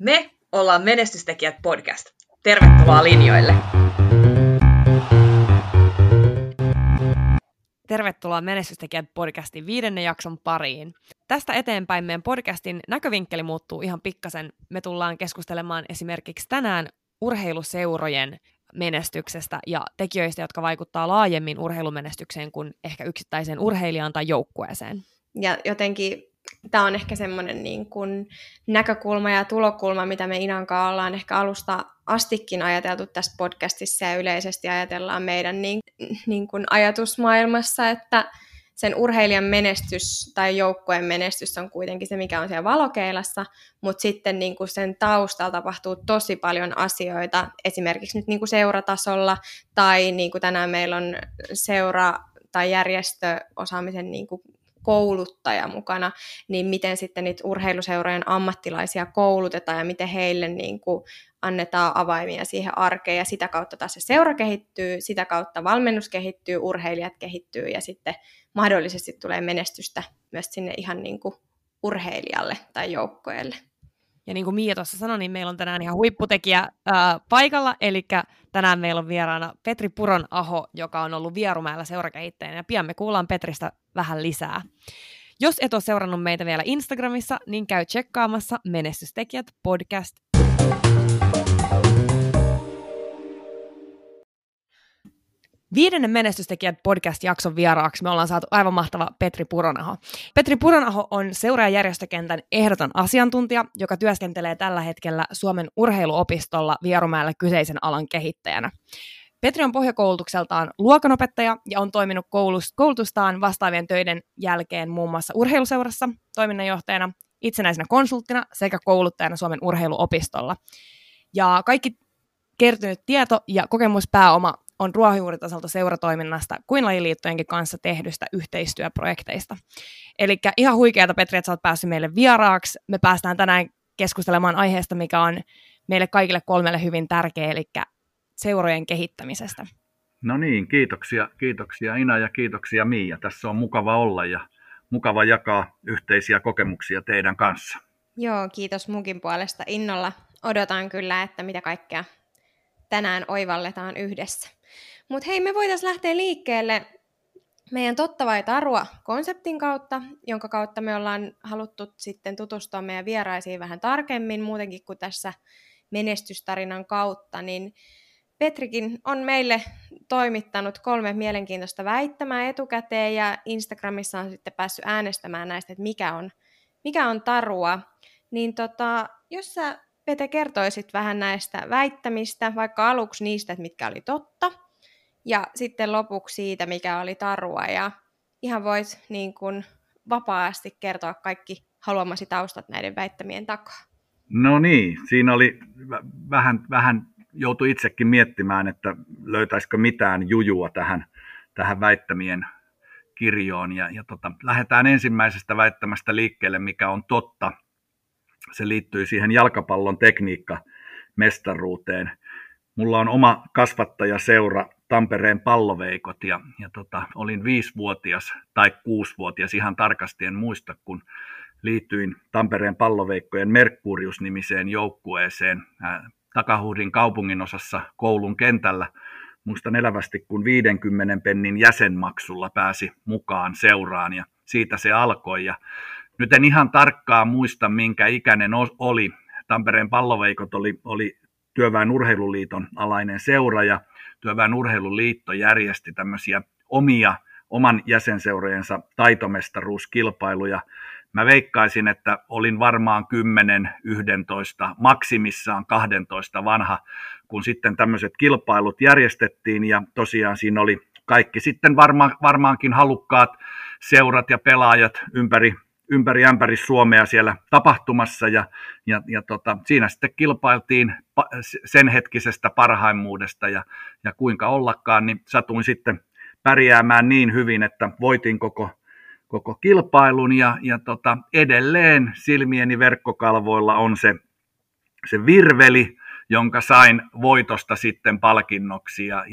Me ollaan Menestystekijät podcast. Tervetuloa linjoille! Tervetuloa Menestystekijät podcastin 5. jakson pariin. Tästä eteenpäin meidän podcastin näkövinkkeli muuttuu ihan pikkasen. Me tullaan keskustelemaan esimerkiksi tänään urheiluseurojen menestyksestä ja tekijöistä, jotka vaikuttaa laajemmin urheilumenestykseen kuin ehkä yksittäiseen urheilijaan tai joukkueeseen. Ja jotenkin tämä on ehkä semmoinen niin kuin näkökulma ja tulokulma, mitä me Inankaan ollaan ehkä alusta astikin ajateltu tässä podcastissa ja yleisesti ajatellaan meidän niin kuin ajatusmaailmassa, että sen urheilijan menestys tai joukkueen menestys on kuitenkin se, mikä on siellä valokeilassa, mutta sitten niin kuin sen taustalla tapahtuu tosi paljon asioita, esimerkiksi nyt niin kuin seuratasolla tai niin kuin tänään meillä on seura- tai järjestöosaamisen niin kuin kouluttaja mukana, niin miten sitten niitä urheiluseurojen ammattilaisia koulutetaan ja miten heille niin kuin annetaan avaimia siihen arkeen ja sitä kautta taas se seura kehittyy, sitä kautta valmennus kehittyy, urheilijat kehittyy ja sitten mahdollisesti tulee menestystä myös sinne ihan niin kuin urheilijalle tai joukkoille. Ja niin kuin Mia tuossa sanoi, niin meillä on tänään ihan huipputekijä paikalla, eli tänään meillä on vieraana Petri Puron-aho, joka on ollut Vierumäellä seurakehittäjänä, ja pian me kuullaan Petristä vähän lisää. Jos et ole seurannut meitä vielä Instagramissa, niin käy tsekkaamassa Menestystekijät podcast. Viidennen Menestystekijät podcast-jakson vieraaksi me ollaan saatu aivan mahtava Petri Puron-aho. Petri Puron-aho on seura- ja järjestökentän ehdoton asiantuntija, joka työskentelee tällä hetkellä Suomen urheiluopistolla Vierumäellä kyseisen alan kehittäjänä. Petri on pohjakoulutukseltaan luokanopettaja ja on toiminut koulutustaan vastaavien töiden jälkeen muun muassa urheiluseurassa toiminnanjohtajana, itsenäisenä konsulttina sekä kouluttajana Suomen urheiluopistolla. Ja kaikki kertynyt tieto ja kokemuspääoma on ruohonjuuritasolta seuratoiminnasta kuin lajiliittojenkin kanssa tehdystä yhteistyöprojekteista. Eli ihan huikeata, Petri, että sä oot päässyt meille vieraaksi. Me päästään tänään keskustelemaan aiheesta, mikä on meille kaikille kolmelle hyvin tärkeä, eli seurojen kehittämisestä. No niin, kiitoksia Ina ja kiitoksia Miia. Tässä on mukava olla ja mukava jakaa yhteisiä kokemuksia teidän kanssa. Joo, kiitos munkin puolesta. Innolla odotan kyllä, että mitä kaikkea tänään oivalletaan yhdessä. Mutta hei, me voitaisiin lähteä liikkeelle meidän Totta vai Tarua -konseptin kautta, jonka kautta me ollaan haluttu sitten tutustua meidän vieraisiin vähän tarkemmin, muutenkin kuin tässä menestystarinan kautta, niin Petrikin on meille toimittanut 3 mielenkiintoista väittämää etukäteen, ja Instagramissa on sitten päässyt äänestämään näistä, että mikä on tarua. Niin jos sä, Pete, kertoisit vähän näistä väittämistä, vaikka aluksi niistä, että mitkä oli totta, ja sitten lopuksi siitä, mikä oli tarua, ja ihan voit niin kuin vapaasti kertoa kaikki haluamasi taustat näiden väittämien takaa. No niin, siinä oli vähän joutui itsekin miettimään, että löytäisikö mitään jujua tähän väittämien kirjoon, ja lähdetään ensimmäisestä väittämästä liikkeelle, mikä on totta. Se liittyy siihen jalkapallon tekniikkamestaruuteen. Mulla on oma kasvattajaseura Tampereen Palloveikot ja olin 5-vuotias tai 6-vuotias, ihan tarkasti en muista, kun liityin Tampereen Palloveikkojen Merkurius-nimiseen joukkueeseen Takahuhdin kaupunginosassa koulun kentällä. Muistan elävästi, kun 50 pennin jäsenmaksulla pääsi mukaan seuraan ja siitä se alkoi. Ja nyt en ihan tarkkaan muista, minkä ikäinen oli. Tampereen Palloveikot oli Työväen Urheiluliiton alainen seura ja Työväen Urheiluliitto järjesti tämmöisiä oman jäsenseurojensa taitomestaruuskilpailuja. Mä veikkaisin, että olin varmaan 10, 11, maksimissaan 12 vanha, kun sitten tämmöiset kilpailut järjestettiin ja tosiaan siinä oli kaikki sitten varmaankin halukkaat seurat ja pelaajat ympäri Suomea siellä tapahtumassa ja siinä sitten kilpailtiin sen hetkisestä parhaimmuudesta ja kuinka ollakaan, niin satuin sitten pärjäämään niin hyvin, että voitin koko kilpailun ja edelleen silmieni verkkokalvoilla on se virveli, jonka sain voitosta sitten palkinnoksi ja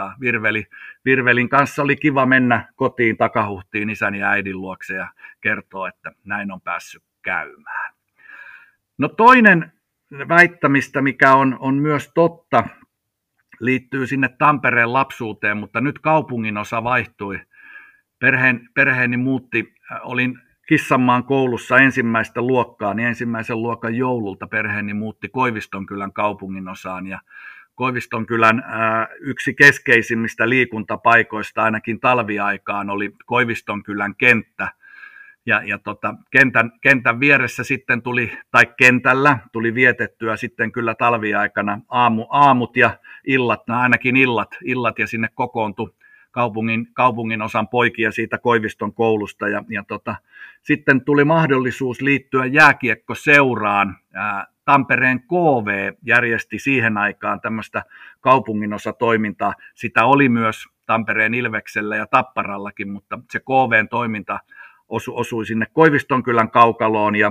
virvelin kanssa oli kiva mennä kotiin Takahuhtiin isäni ja äidin luokse ja kertoa, että näin on päässyt käymään. No toinen väittämistä, mikä on myös totta, liittyy sinne Tampereen lapsuuteen, mutta nyt kaupunginosa vaihtui. Perheeni muutti, olin Kissanmaan koulussa ensimmäistä luokkaa, niin ensimmäisen luokan joululta perheeni muutti Koivistonkylän kaupunginosaan, ja Koivistonkylän yksi keskeisimmistä liikuntapaikoista ainakin talviaikaan oli Koivistonkylän kenttä. Ja kentän vieressä sitten kentällä tuli vietettyä sitten kyllä talviaikana aamut ja illat, ainakin illat ja sinne kokoontui kaupungin osan poikia siitä Koiviston koulusta. Ja sitten tuli mahdollisuus liittyä jääkiekkoseuraan. Tampereen KV järjesti siihen aikaan tämmöistä kaupunginosatoimintaa. Sitä oli myös Tampereen Ilveksellä ja Tapparallakin, mutta se KVn toiminta osui sinne Koivistonkylän kaukaloon, ja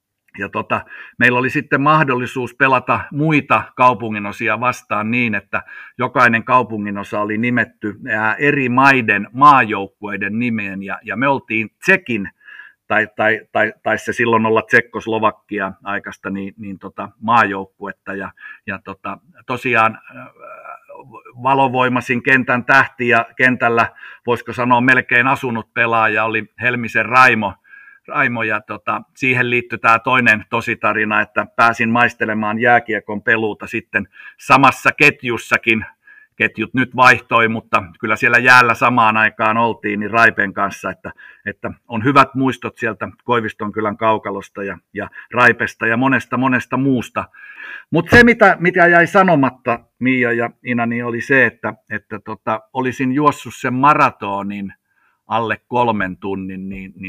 meillä oli sitten mahdollisuus pelata muita kaupunginosia vastaan niin, että jokainen kaupunginosa oli nimetty eri maiden maajoukkueiden nimeen, ja me oltiin Tsekin, tai se silloin olla Tsekkoslovakia aikaista, maajoukkuetta, ja tosiaan valovoimaisin kentän tähti, ja kentällä voisiko sanoa melkein asunut pelaaja oli Helmisen Raimo, ja siihen liittyy tämä toinen tositarina, että pääsin maistelemaan jääkiekon peluuta sitten samassa ketjussakin. Ketjut nyt vaihtoi, mutta kyllä siellä jäällä samaan aikaan oltiin niin Raipen kanssa, että on hyvät muistot sieltä Koivistonkylän kaukalosta ja Raipesta ja monesta muusta. Mutta se, mitä jäi sanomatta, Miia ja Ina, niin oli se, että olisin juossut sen maratonin alle 3 tunnin,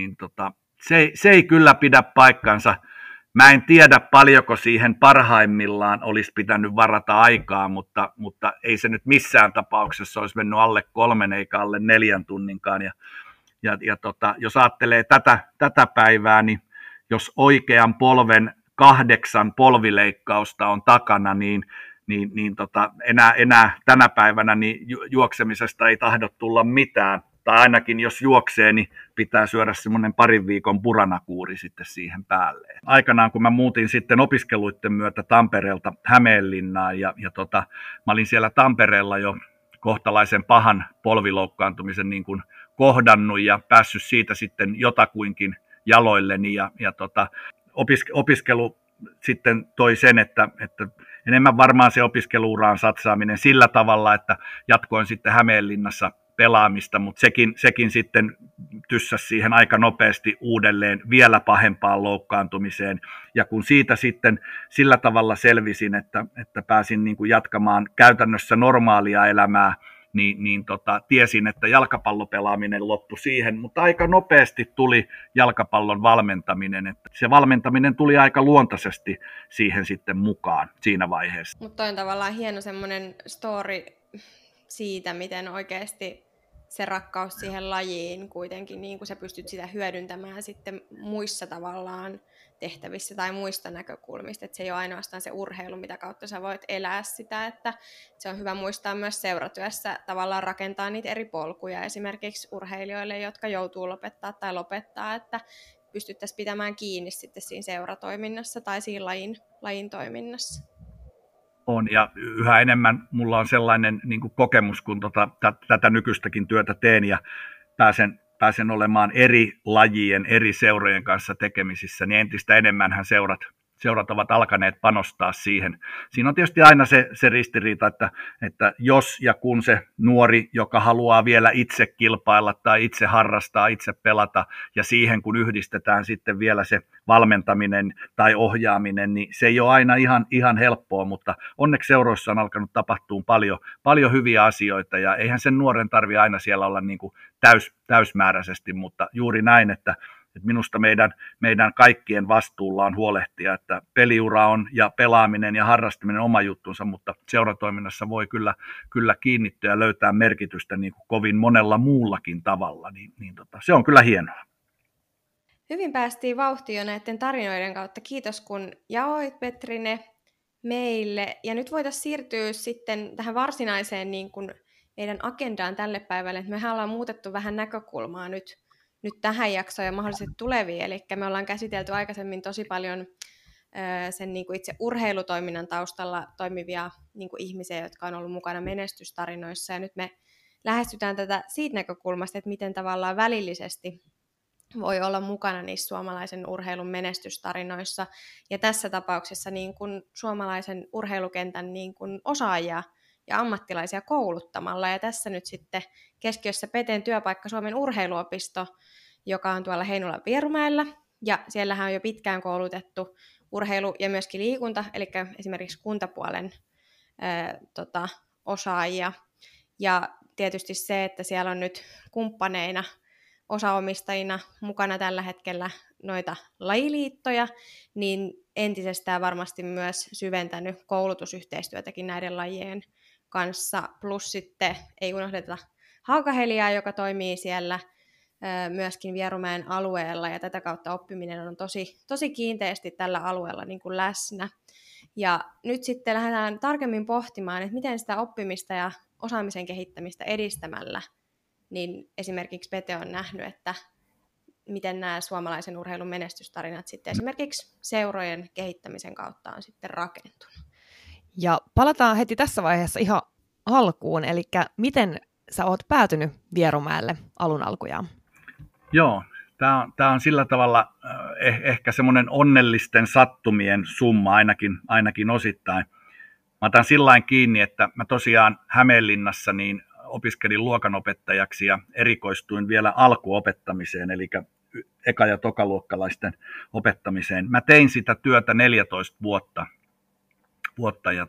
se ei kyllä pidä paikkansa. Mä en tiedä paljonko siihen parhaimmillaan olisi pitänyt varata aikaa, mutta ei se nyt missään tapauksessa olisi mennyt alle 3 eikä alle 4 tunninkaan. Jos ajattelee tätä päivää, niin jos oikean polven 8 polvileikkausta on takana, niin enää tänä päivänä niin juoksemisesta ei tahdo tulla mitään. Tai ainakin jos juoksee, niin pitää syödä semmoinen 2 viikon buranakuuri sitten siihen päälle. Aikanaan kun mä muutin sitten opiskeluiden myötä Tampereelta Hämeenlinnaan, ja mä olin siellä Tampereella jo kohtalaisen pahan polviloukkaantumisen niin kuin kohdannut ja päässyt siitä sitten jotakuinkin jaloilleni, ja opiskelu sitten toi sen, että enemmän varmaan se opiskeluuraan satsaaminen sillä tavalla, että jatkoin sitten Hämeenlinnassa pelaamista, mutta sekin sitten tyssäsi siihen aika nopeasti uudelleen vielä pahempaan loukkaantumiseen. Ja kun siitä sitten sillä tavalla selvisin, että pääsin niin kuin jatkamaan käytännössä normaalia elämää, niin tiesin, että jalkapallopelaaminen loppui siihen, mutta aika nopeasti tuli jalkapallon valmentaminen. Että se valmentaminen tuli aika luontaisesti siihen sitten mukaan siinä vaiheessa. Mutta on tavallaan hieno semmoinen story siitä, miten oikeasti se rakkaus siihen lajiin kuitenkin, niin kuin sä pystyt sitä hyödyntämään sitten muissa tavallaan tehtävissä tai muista näkökulmista, että se ei ole ainoastaan se urheilu, mitä kautta sä voit elää sitä, että se on hyvä muistaa myös seuratyössä tavallaan rakentaa niitä eri polkuja esimerkiksi urheilijoille, jotka joutuu lopettaa, että pystyttäisiin pitämään kiinni sitten siinä seuratoiminnassa tai siinä lajin toiminnassa. On, ja yhä enemmän mulla on sellainen niin kuin kokemus, kun tätä nykyistäkin työtä teen ja pääsen olemaan eri lajien, eri seurojen kanssa tekemisissä, niin entistä enemmänhän seurat ovat alkaneet panostaa siihen. Siinä on tietysti aina se ristiriita, että jos ja kun se nuori, joka haluaa vielä itse kilpailla tai itse harrastaa, itse pelata, ja siihen kun yhdistetään sitten vielä se valmentaminen tai ohjaaminen, niin se ei ole aina ihan helppoa, mutta onneksi seuroissa on alkanut tapahtua paljon hyviä asioita, ja eihän sen nuoren tarvitse aina siellä olla niin kuin täysmääräisesti, mutta juuri näin, että minusta meidän kaikkien vastuulla on huolehtia, että peliura on ja pelaaminen ja harrastaminen on oma juttunsa, mutta seuratoiminnassa voi kyllä kiinnittyä ja löytää merkitystä niin kuin kovin monella muullakin tavalla, niin se on kyllä hienoa. Hyvin päästiin vauhtiin jo näiden tarinoiden kautta. Kiitos kun jaoit, Petri, ne meille. Ja nyt voitaisiin siirtyä sitten tähän varsinaiseen niin kuin meidän agendaan tälle päivälle. Että mehän ollaan muutettu vähän näkökulmaa nyt tähän jaksoon ja mahdollisesti tuleviin. Eli me ollaan käsitelty aikaisemmin tosi paljon sen niin kuin itse urheilutoiminnan taustalla toimivia niin kuin ihmisiä, jotka on ollut mukana menestystarinoissa. Ja nyt me lähestytään tätä siitä näkökulmasta, että miten tavallaan välillisesti voi olla mukana niissä suomalaisen urheilun menestystarinoissa. Ja tässä tapauksessa niin kuin suomalaisen urheilukentän niin kuin osaajia ja ammattilaisia kouluttamalla. Ja tässä nyt sitten keskiössä Peten työpaikka Suomen urheiluopisto, joka on tuolla Heinolan Vierumäellä. Ja siellähän on jo pitkään koulutettu urheilu ja myöskin liikunta, eli esimerkiksi kuntapuolen osaajia. Ja tietysti se, että siellä on nyt kumppaneina, osaomistajina mukana tällä hetkellä noita lajiliittoja, niin entisestään varmasti myös syventänyt koulutusyhteistyötäkin näiden lajien kanssa. Plus sitten ei unohdeta Haakaheliaa, joka toimii siellä myöskin Vierumäen alueella, ja tätä kautta oppiminen on tosi kiinteästi tällä alueella niin kuin läsnä. Ja nyt sitten lähdetään tarkemmin pohtimaan, että miten sitä oppimista ja osaamisen kehittämistä edistämällä, niin esimerkiksi Pete on nähnyt, että miten nämä suomalaisen urheilun menestystarinat sitten esimerkiksi seurojen kehittämisen kautta on sitten rakentunut. Ja palataan heti tässä vaiheessa ihan alkuun, eli miten sä oot päätynyt Vierumäelle alun alkujaan? Joo, tämä on sillä tavalla ehkä semmoinen onnellisten sattumien summa ainakin osittain. Mä otan sillain kiinni, että mä tosiaan Hämeenlinnassa niin opiskelin luokanopettajaksi ja erikoistuin vielä alkuopettamiseen, eli eka- ja tokaluokkalaisten opettamiseen. Mä tein sitä työtä 14 vuotta ja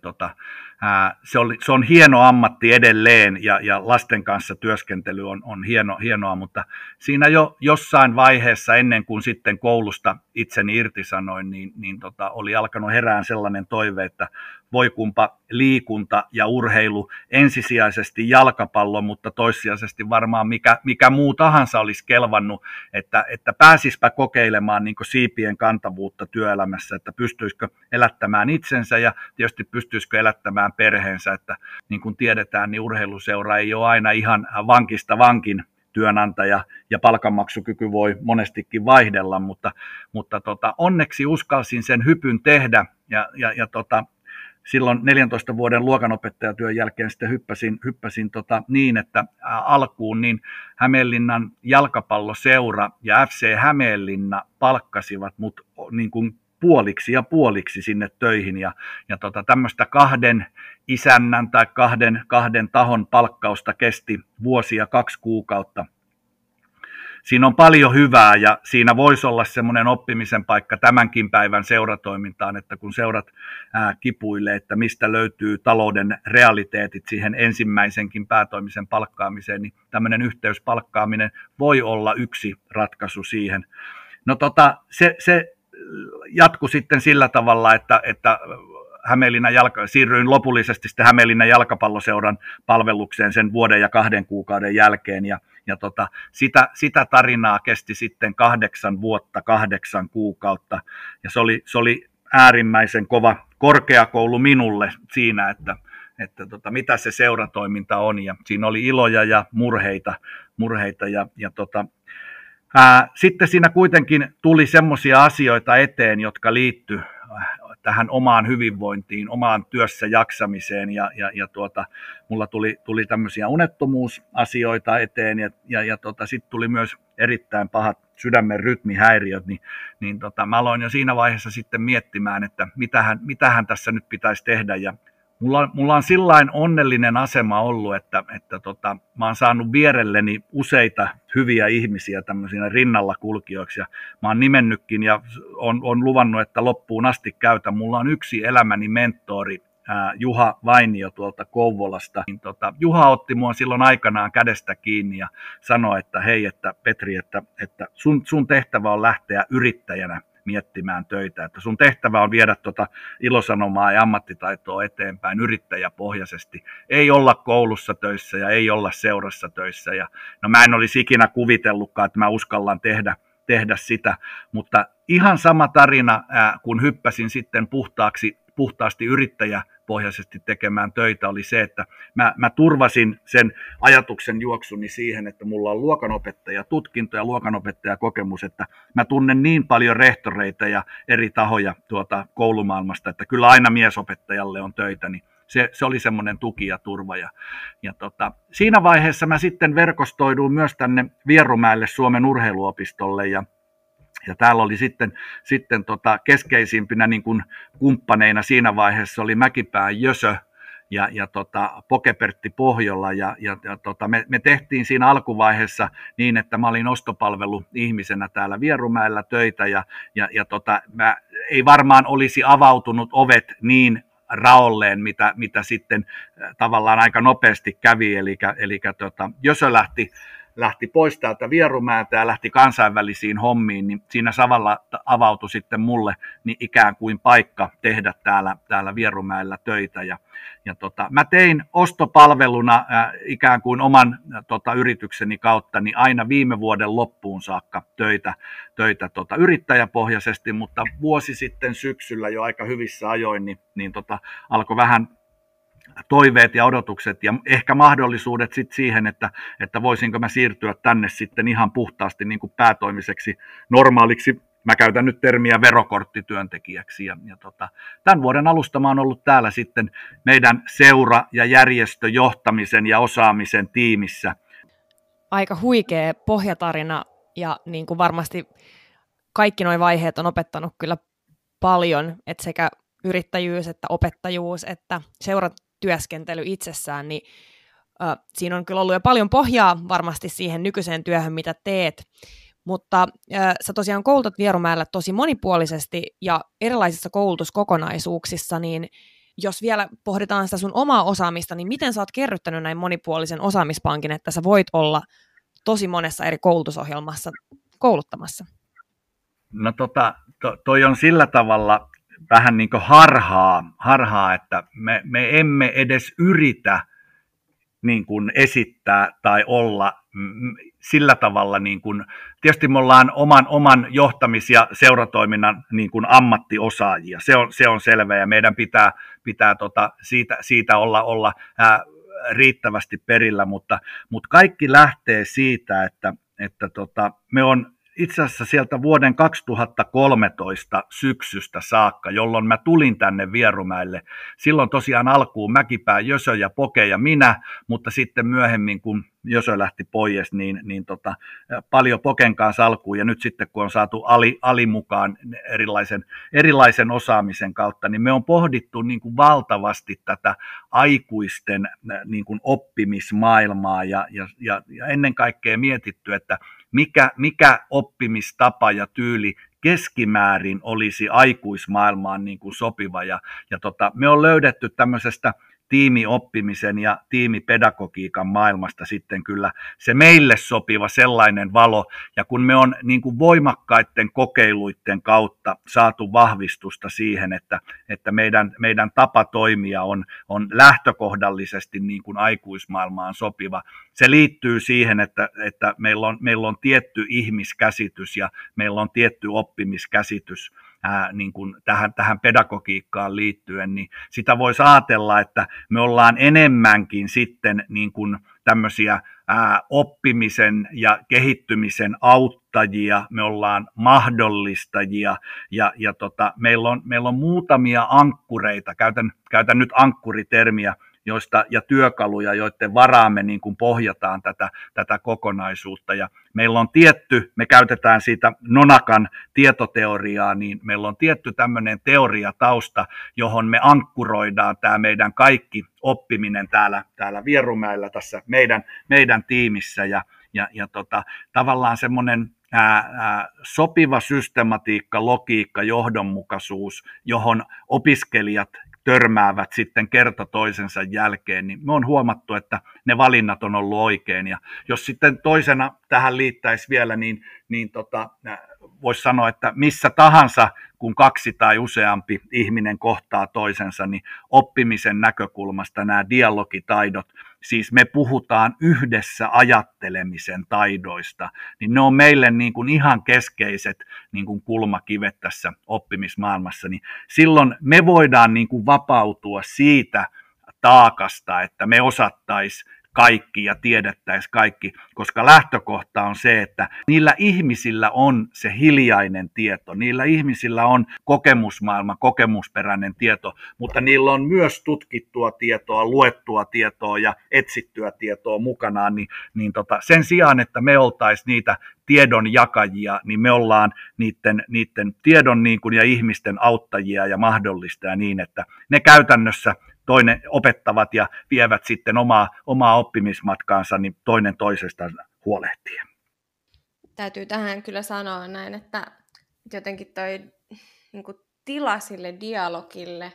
se on hieno ammatti edelleen ja lasten kanssa työskentely on hienoa, mutta siinä jo jossain vaiheessa ennen kuin sitten koulusta itseni irtisanoin, niin oli alkanut herään sellainen toive, että voi kumpa liikunta ja urheilu, ensisijaisesti jalkapallo, mutta toissijaisesti varmaan mikä muu tahansa olisi kelvannut, että pääsispä kokeilemaan niin kuin siipien kantavuutta työelämässä, että pystyisikö elättämään itsensä ja tietysti pystyisikö elättämään perheensä, että niin kuin tiedetään, niin urheiluseura ei ole aina ihan vankista vankin työnantaja ja palkanmaksukyky voi monestikin vaihdella, mutta onneksi uskalsin sen hypyn tehdä ja silloin 14 vuoden luokanopettajatyön jälkeen sitten hyppäsin niin, että alkuun niin Hämeenlinnan jalkapalloseura ja FC Hämeenlinna palkkasivat mut niin kuin puoliksi sinne töihin ja tämmöistä kahden isännän tai kahden tahon palkkausta kesti vuosia 2 kuukautta. Siinä on paljon hyvää ja siinä voisi olla semmoinen oppimisen paikka tämänkin päivän seuratoimintaan, että kun seurat kipuilee, että mistä löytyy talouden realiteetit siihen ensimmäisenkin päätoimisen palkkaamiseen, niin tämmöinen yhteyspalkkaaminen voi olla yksi ratkaisu siihen. No se jatkui sitten sillä tavalla, että siirryin lopullisesti sitten Hämeenlinnan jalkapalloseuran palvelukseen sen vuoden ja 2 kuukauden jälkeen ja sitä tarinaa kesti sitten 8 vuotta, 8 kuukautta ja se oli äärimmäisen kova korkeakoulu minulle siinä, että mitä se seuratoiminta on ja siinä oli iloja ja murheita sitten siinä kuitenkin tuli semmoisia asioita eteen, jotka liittyi tähän omaan hyvinvointiin, omaan työssä jaksamiseen ja mulla tuli tämmöisiä unettomuusasioita eteen ja sitten tuli myös erittäin pahat sydämen rytmihäiriöt, niin mä aloin jo siinä vaiheessa sitten miettimään, että mitähän tässä nyt pitäisi tehdä ja mulla on sillain onnellinen asema ollut, että mä oon saanut vierelleni useita hyviä ihmisiä tämmöisinä rinnalla kulkijoiksi ja mä oon nimennytkin ja on luvannut, että loppuun asti käytän. Mulla on yksi elämäni mentori, Juha Vainio tuolta Kouvolasta. Juha otti mua silloin aikanaan kädestä kiinni ja sanoi, että hei, että Petri, että sun tehtävä on lähteä yrittäjänä miettimään töitä, että sun tehtävä on viedä ilosanomaa ja ammattitaitoa eteenpäin yrittäjäpohjaisesti. Ei olla koulussa töissä ja ei olla seurassa töissä. Ja, no mä en olisi ikinä kuvitellutkaan, että mä uskallan tehdä sitä, mutta ihan sama tarina, kun hyppäsin sitten puhtaaksi puhtaasti yrittäjäpohjaisesti tekemään töitä, oli se, että mä turvasin sen ajatuksen juoksuni siihen, että mulla on luokanopettajatutkinto ja luokanopettajakokemus, että mä tunnen niin paljon rehtoreita ja eri tahoja koulumaailmasta, että kyllä aina miesopettajalle on töitä, niin se oli semmoinen tuki ja turva. Ja siinä vaiheessa mä sitten verkostoiduin myös tänne Vierumäelle Suomen urheiluopistolle ja täällä oli sitten keskeisimpinä niin kuin kumppaneina siinä vaiheessa oli Mäkipään Jösö ja Poke-Pertti Pohjola ja me tehtiin siinä alkuvaiheessa niin, että mä olin ostopalveluihmisenä täällä Vierumäellä töitä ja mä ei varmaan olisi avautunut ovet niin raolleen, mitä sitten tavallaan aika nopeasti kävi, eli Jösö lähti pois täältä Vierumäeltä ja lähti kansainvälisiin hommiin, niin siinä samalla avautui sitten mulle niin ikään kuin paikka tehdä täällä Vierumäellä töitä. Ja mä tein ostopalveluna ikään kuin oman yritykseni kautta niin aina viime vuoden loppuun saakka töitä yrittäjäpohjaisesti, mutta vuosi sitten syksyllä jo aika hyvissä ajoin, niin alkoi vähän toiveet ja odotukset ja ehkä mahdollisuudet sitten siihen, että voisinko mä siirtyä tänne sitten ihan puhtaasti niin kuin päätoimiseksi normaaliksi, mä käytän nyt termiä verokorttityöntekijäksi. Ja tämän vuoden alusta mä oon ollut täällä sitten meidän seura- ja järjestöjohtamisen ja osaamisen tiimissä. Aika huikea pohjatarina ja niin kuin varmasti kaikki nuo vaiheet on opettanut kyllä paljon, että sekä yrittäjyys, että opettajuus, että seuratyöskentely itsessään, niin siinä on kyllä ollut jo paljon pohjaa varmasti siihen nykyiseen työhön, mitä teet, mutta sä tosiaan koulutat Vierumäellä tosi monipuolisesti ja erilaisissa koulutuskokonaisuuksissa, niin jos vielä pohditaan sitä sun omaa osaamista, niin miten sä oot kerryttänyt näin monipuolisen osaamispankin, että sä voit olla tosi monessa eri koulutusohjelmassa kouluttamassa? No toi on sillä tavalla vähän niin kuin harhaa, että me emme edes yritä niin kuin esittää tai olla sillä tavalla, niin kuin, tietysti me ollaan oman johtamis- ja seuratoiminnan niin kuin ammattiosaajia, se on selvä ja meidän pitää siitä olla riittävästi perillä, mutta kaikki lähtee siitä, että me on itse asiassa sieltä vuoden 2013 syksystä saakka, jolloin mä tulin tänne Vierumäelle. Silloin tosiaan alkuun Mäkipää, Jösö ja Poke ja minä, mutta sitten myöhemmin, kun Jösö lähti pois, niin paljon Poken kanssa alkuun. Ja nyt sitten, kun on saatu Ali mukaan erilaisen osaamisen kautta, niin me on pohdittu niin kuin valtavasti tätä aikuisten niin kuin oppimismaailmaa ja ennen kaikkea mietitty, että mikä oppimistapa ja tyyli keskimäärin olisi aikuismaailmaan niin kuin sopiva. Ja me on löydetty tämmöisestä tiimioppimisen ja tiimipedagogiikan maailmasta sitten kyllä se meille sopiva sellainen valo, ja kun me on niin kuin voimakkaiden kokeiluiden kautta saatu vahvistusta siihen, että meidän tapa toimia on lähtökohdallisesti niin kuin aikuismaailmaan sopiva. Se liittyy siihen, että meillä on tietty ihmiskäsitys ja meillä on tietty oppimiskäsitys niin kuin tähän pedagogiikkaan liittyen, niin sitä voisi ajatella, että me ollaan enemmänkin sitten niin kuin tämmöisiä oppimisen ja kehittymisen auttajia, me ollaan mahdollistajia ja meillä on muutamia ankkureita, käytän nyt ankkuritermiä, ja työkaluja, joiden varaan me niin kuin pohjataan tätä kokonaisuutta. Ja meillä on me käytetään siitä Nonakan tietoteoriaa, niin meillä on tietty tämmöinen teoriatausta, johon me ankkuroidaan tämä meidän kaikki oppiminen täällä Vierumäellä tässä meidän tiimissä. Ja tavallaan semmoinen sopiva systematiikka, logiikka, johdonmukaisuus, johon opiskelijat törmäävät sitten kerta toisensa jälkeen, niin me on huomattu, että ne valinnat on ollut oikein. Ja jos sitten toisena tähän liittäisi vielä, niin voisi sanoa, että missä tahansa, kun kaksi tai useampi ihminen kohtaa toisensa, niin oppimisen näkökulmasta nämä dialogitaidot, siis me puhutaan yhdessä ajattelemisen taidoista, niin ne on meille niin kuin ihan keskeiset niin kuin kulmakivet tässä oppimismaailmassa, niin silloin me voidaan niin kuin vapautua siitä taakasta, että me osattaisiin kaikki ja tiedettäisiin kaikki, koska lähtökohta on se, että niillä ihmisillä on se hiljainen tieto, niillä ihmisillä on kokemusmaailma, kokemusperäinen tieto, mutta niillä on myös tutkittua tietoa, luettua tietoa ja etsittyä tietoa mukanaan, niin sen sijaan, että me oltaisiin niitä tiedon jakajia, niin me ollaan niiden tiedon niin kuin, ja ihmisten auttajia ja mahdollistajia niin, että ne käytännössä toinen opettavat ja vievät sitten omaa oppimismatkaansa, niin toinen toisesta huolehtii. Täytyy tähän kyllä sanoa näin, että jotenkin toi niin kuin tila sille dialogille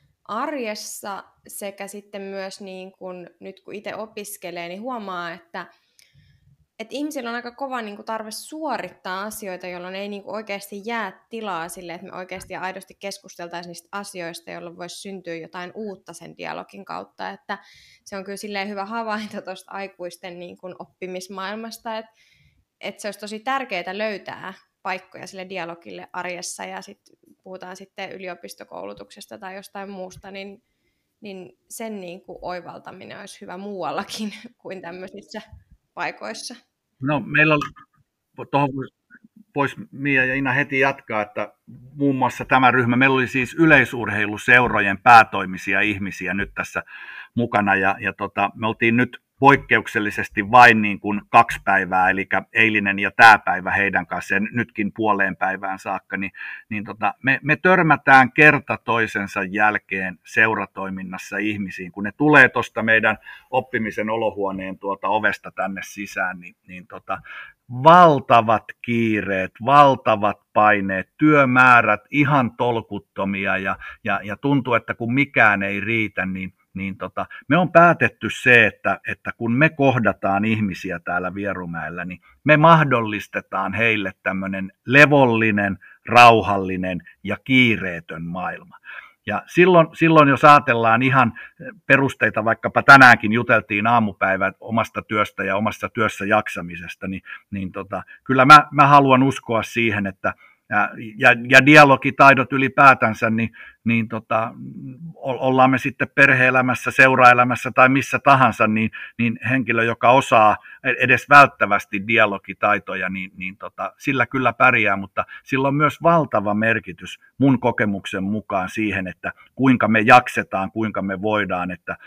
arjessa sekä sitten myös niin kuin, nyt kun itse opiskelee, niin huomaa, että ihmisillä on aika kova niin kuin tarve suorittaa asioita, jolloin ei niin kuin oikeasti jää tilaa sille, että me oikeasti ja aidosti keskusteltaisiin niistä asioista, jolloin voisi syntyä jotain uutta sen dialogin kautta. Että se on kyllä silleen hyvä havainto tuosta aikuisten niin kuin oppimismaailmasta, että se olisi tosi tärkeää löytää paikkoja sille dialogille arjessa, ja sitten puhutaan sitten yliopistokoulutuksesta tai jostain muusta, niin sen niin kuin oivaltaminen olisi hyvä muuallakin kuin tämmöisissä paikoissa. No meillä on, tuohon voisi Mia ja Ina heti jatkaa, että muun muassa tämä ryhmä, meillä oli siis yleisurheiluseurojen päätoimisia ihmisiä nyt tässä mukana, ja me oltiin nyt poikkeuksellisesti vain niin kuin 2 päivää, eli eilinen ja tämä päivä heidän kanssa, ja nytkin puoleen päivään saakka, me törmätään kerta toisensa jälkeen seuratoiminnassa ihmisiin, kun ne tulee tuosta meidän oppimisen olohuoneen tuolta ovesta tänne sisään, valtavat kiireet, valtavat paineet, työmäärät ihan tolkuttomia, ja tuntuu, että kun mikään ei riitä, niin me on päätetty se, että kun me kohdataan ihmisiä täällä Vierumäellä, niin me mahdollistetaan heille tämmöinen levollinen, rauhallinen ja kiireetön maailma. Ja silloin jos ajatellaan ihan perusteita, vaikkapa tänäänkin juteltiin aamupäivät omasta työstä ja omassa työssä jaksamisesta, niin kyllä mä haluan uskoa siihen, että ja dialogitaidot ylipäätänsä, niin ollaan me sitten perhe-elämässä, seuraelämässä tai missä tahansa, niin henkilö, joka osaa edes välttävästi dialogitaitoja, niin sillä kyllä pärjää, mutta sillä on myös valtava merkitys mun kokemuksen mukaan siihen, että kuinka me jaksetaan, kuinka me voidaan, että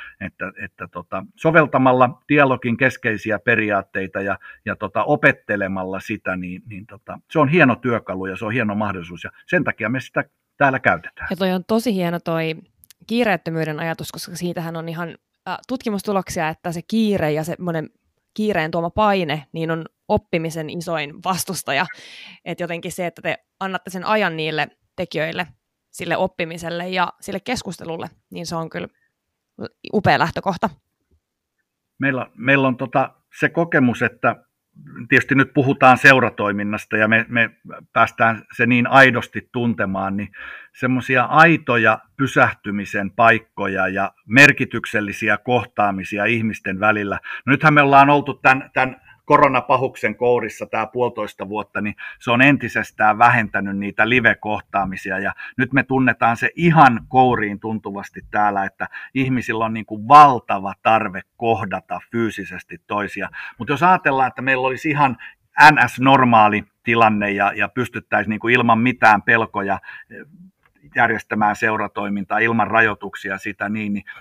soveltamalla dialogin keskeisiä periaatteita ja opettelemalla sitä, niin se on hieno työkalu ja se on hieno mahdollisuus, ja sen takia me sitä täällä käytetään. Ja toi on tosi hieno toi kiireettömyyden ajatus, koska siitähän on ihan tutkimustuloksia, että se kiire ja semmoinen kiireen tuoma paine, niin on oppimisen isoin vastustaja. Että jotenkin se, että te annatte sen ajan niille tekijöille, sille oppimiselle ja sille keskustelulle, niin se on kyllä upea lähtökohta. Meillä on se kokemus, että tietysti nyt puhutaan seuratoiminnasta ja me päästään se niin aidosti tuntemaan, niin semmoisia aitoja pysähtymisen paikkoja ja merkityksellisiä kohtaamisia ihmisten välillä. No nythän me ollaan oltu tämän koronapahuksen kourissa tämä 1,5 vuotta, niin se on entisestään vähentänyt niitä live-kohtaamisia, ja nyt me tunnetaan se ihan kouriin tuntuvasti täällä, että ihmisillä on niin kuin valtava tarve kohdata fyysisesti toisia. Mutta jos ajatellaan, että meillä olisi ihan NS-normaali tilanne ja pystyttäisiin niin kuin ilman mitään pelkoja järjestämään seuratoimintaa ilman rajoituksia sitä,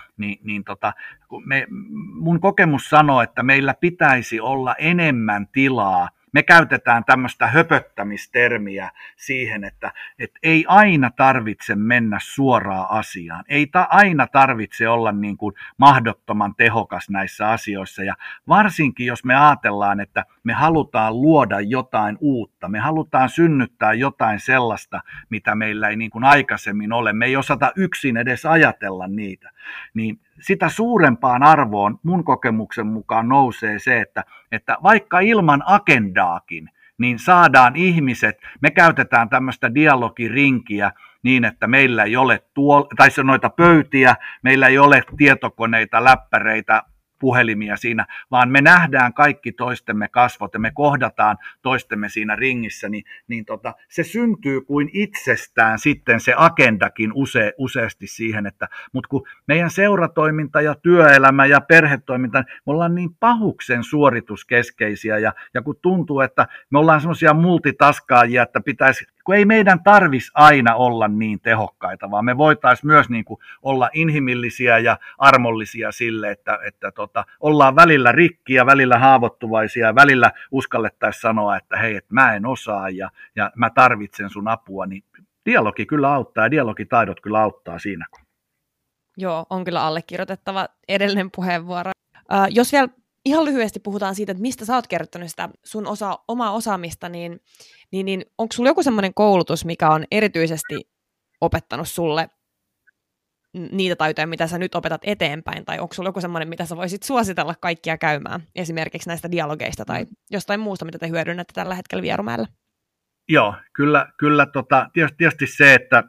mun kokemus sanoo, että meillä pitäisi olla enemmän tilaa. Me käytetään tämmöistä höpöttämistermiä siihen, että ei aina tarvitse mennä suoraan asiaan. Ei aina tarvitse olla niin kuin mahdottoman tehokas näissä asioissa. Ja varsinkin, jos me ajatellaan, että me halutaan luoda jotain uutta, me halutaan synnyttää jotain sellaista, mitä meillä ei niin kuin aikaisemmin ole. Me ei osata yksin edes ajatella niitä. Niin sitä suurempaan arvoon mun kokemuksen mukaan nousee se, että vaikka ilman agendaakin, niin saadaan ihmiset, me käytetään tämmöistä dialogirinkiä niin, että meillä ei ole noita pöytiä, meillä ei ole tietokoneita, läppäreitä, puhelimia siinä, vaan me nähdään kaikki toistemme kasvot ja me kohdataan toistemme siinä ringissä, niin se syntyy kuin itsestään sitten se agendakin useasti siihen, mutta kun meidän seuratoiminta ja työelämä ja perhetoiminta, me ollaan niin pahuksen suorituskeskeisiä ja kun tuntuu, että me ollaan semmoisia multitaskaajia, että kun ei meidän tarvitsisi aina olla niin tehokkaita, vaan me voitaisiin myös niin kuin olla inhimillisiä ja armollisia sille, että ollaan välillä rikkiä, välillä haavoittuvaisia ja välillä uskallettaisiin sanoa, että hei, että mä en osaa ja mä tarvitsen sun apua, niin dialogi kyllä auttaa ja dialogitaidot kyllä auttaa siinä. Joo, on kyllä allekirjoitettava edellinen puheenvuoro. Jos vielä ihan lyhyesti puhutaan siitä, että mistä sä oot kertonut sitä sun omaa osaamista, niin onko sulla joku semmoinen koulutus, mikä on erityisesti opettanut sulle niitä taitoja, mitä sä nyt opetat eteenpäin, tai onko sulla joku semmoinen, mitä sä voisit suositella kaikkia käymään, esimerkiksi näistä dialogeista tai jostain muusta, mitä te hyödynnätte tällä hetkellä Vierumäellä? Joo, kyllä tietysti se, että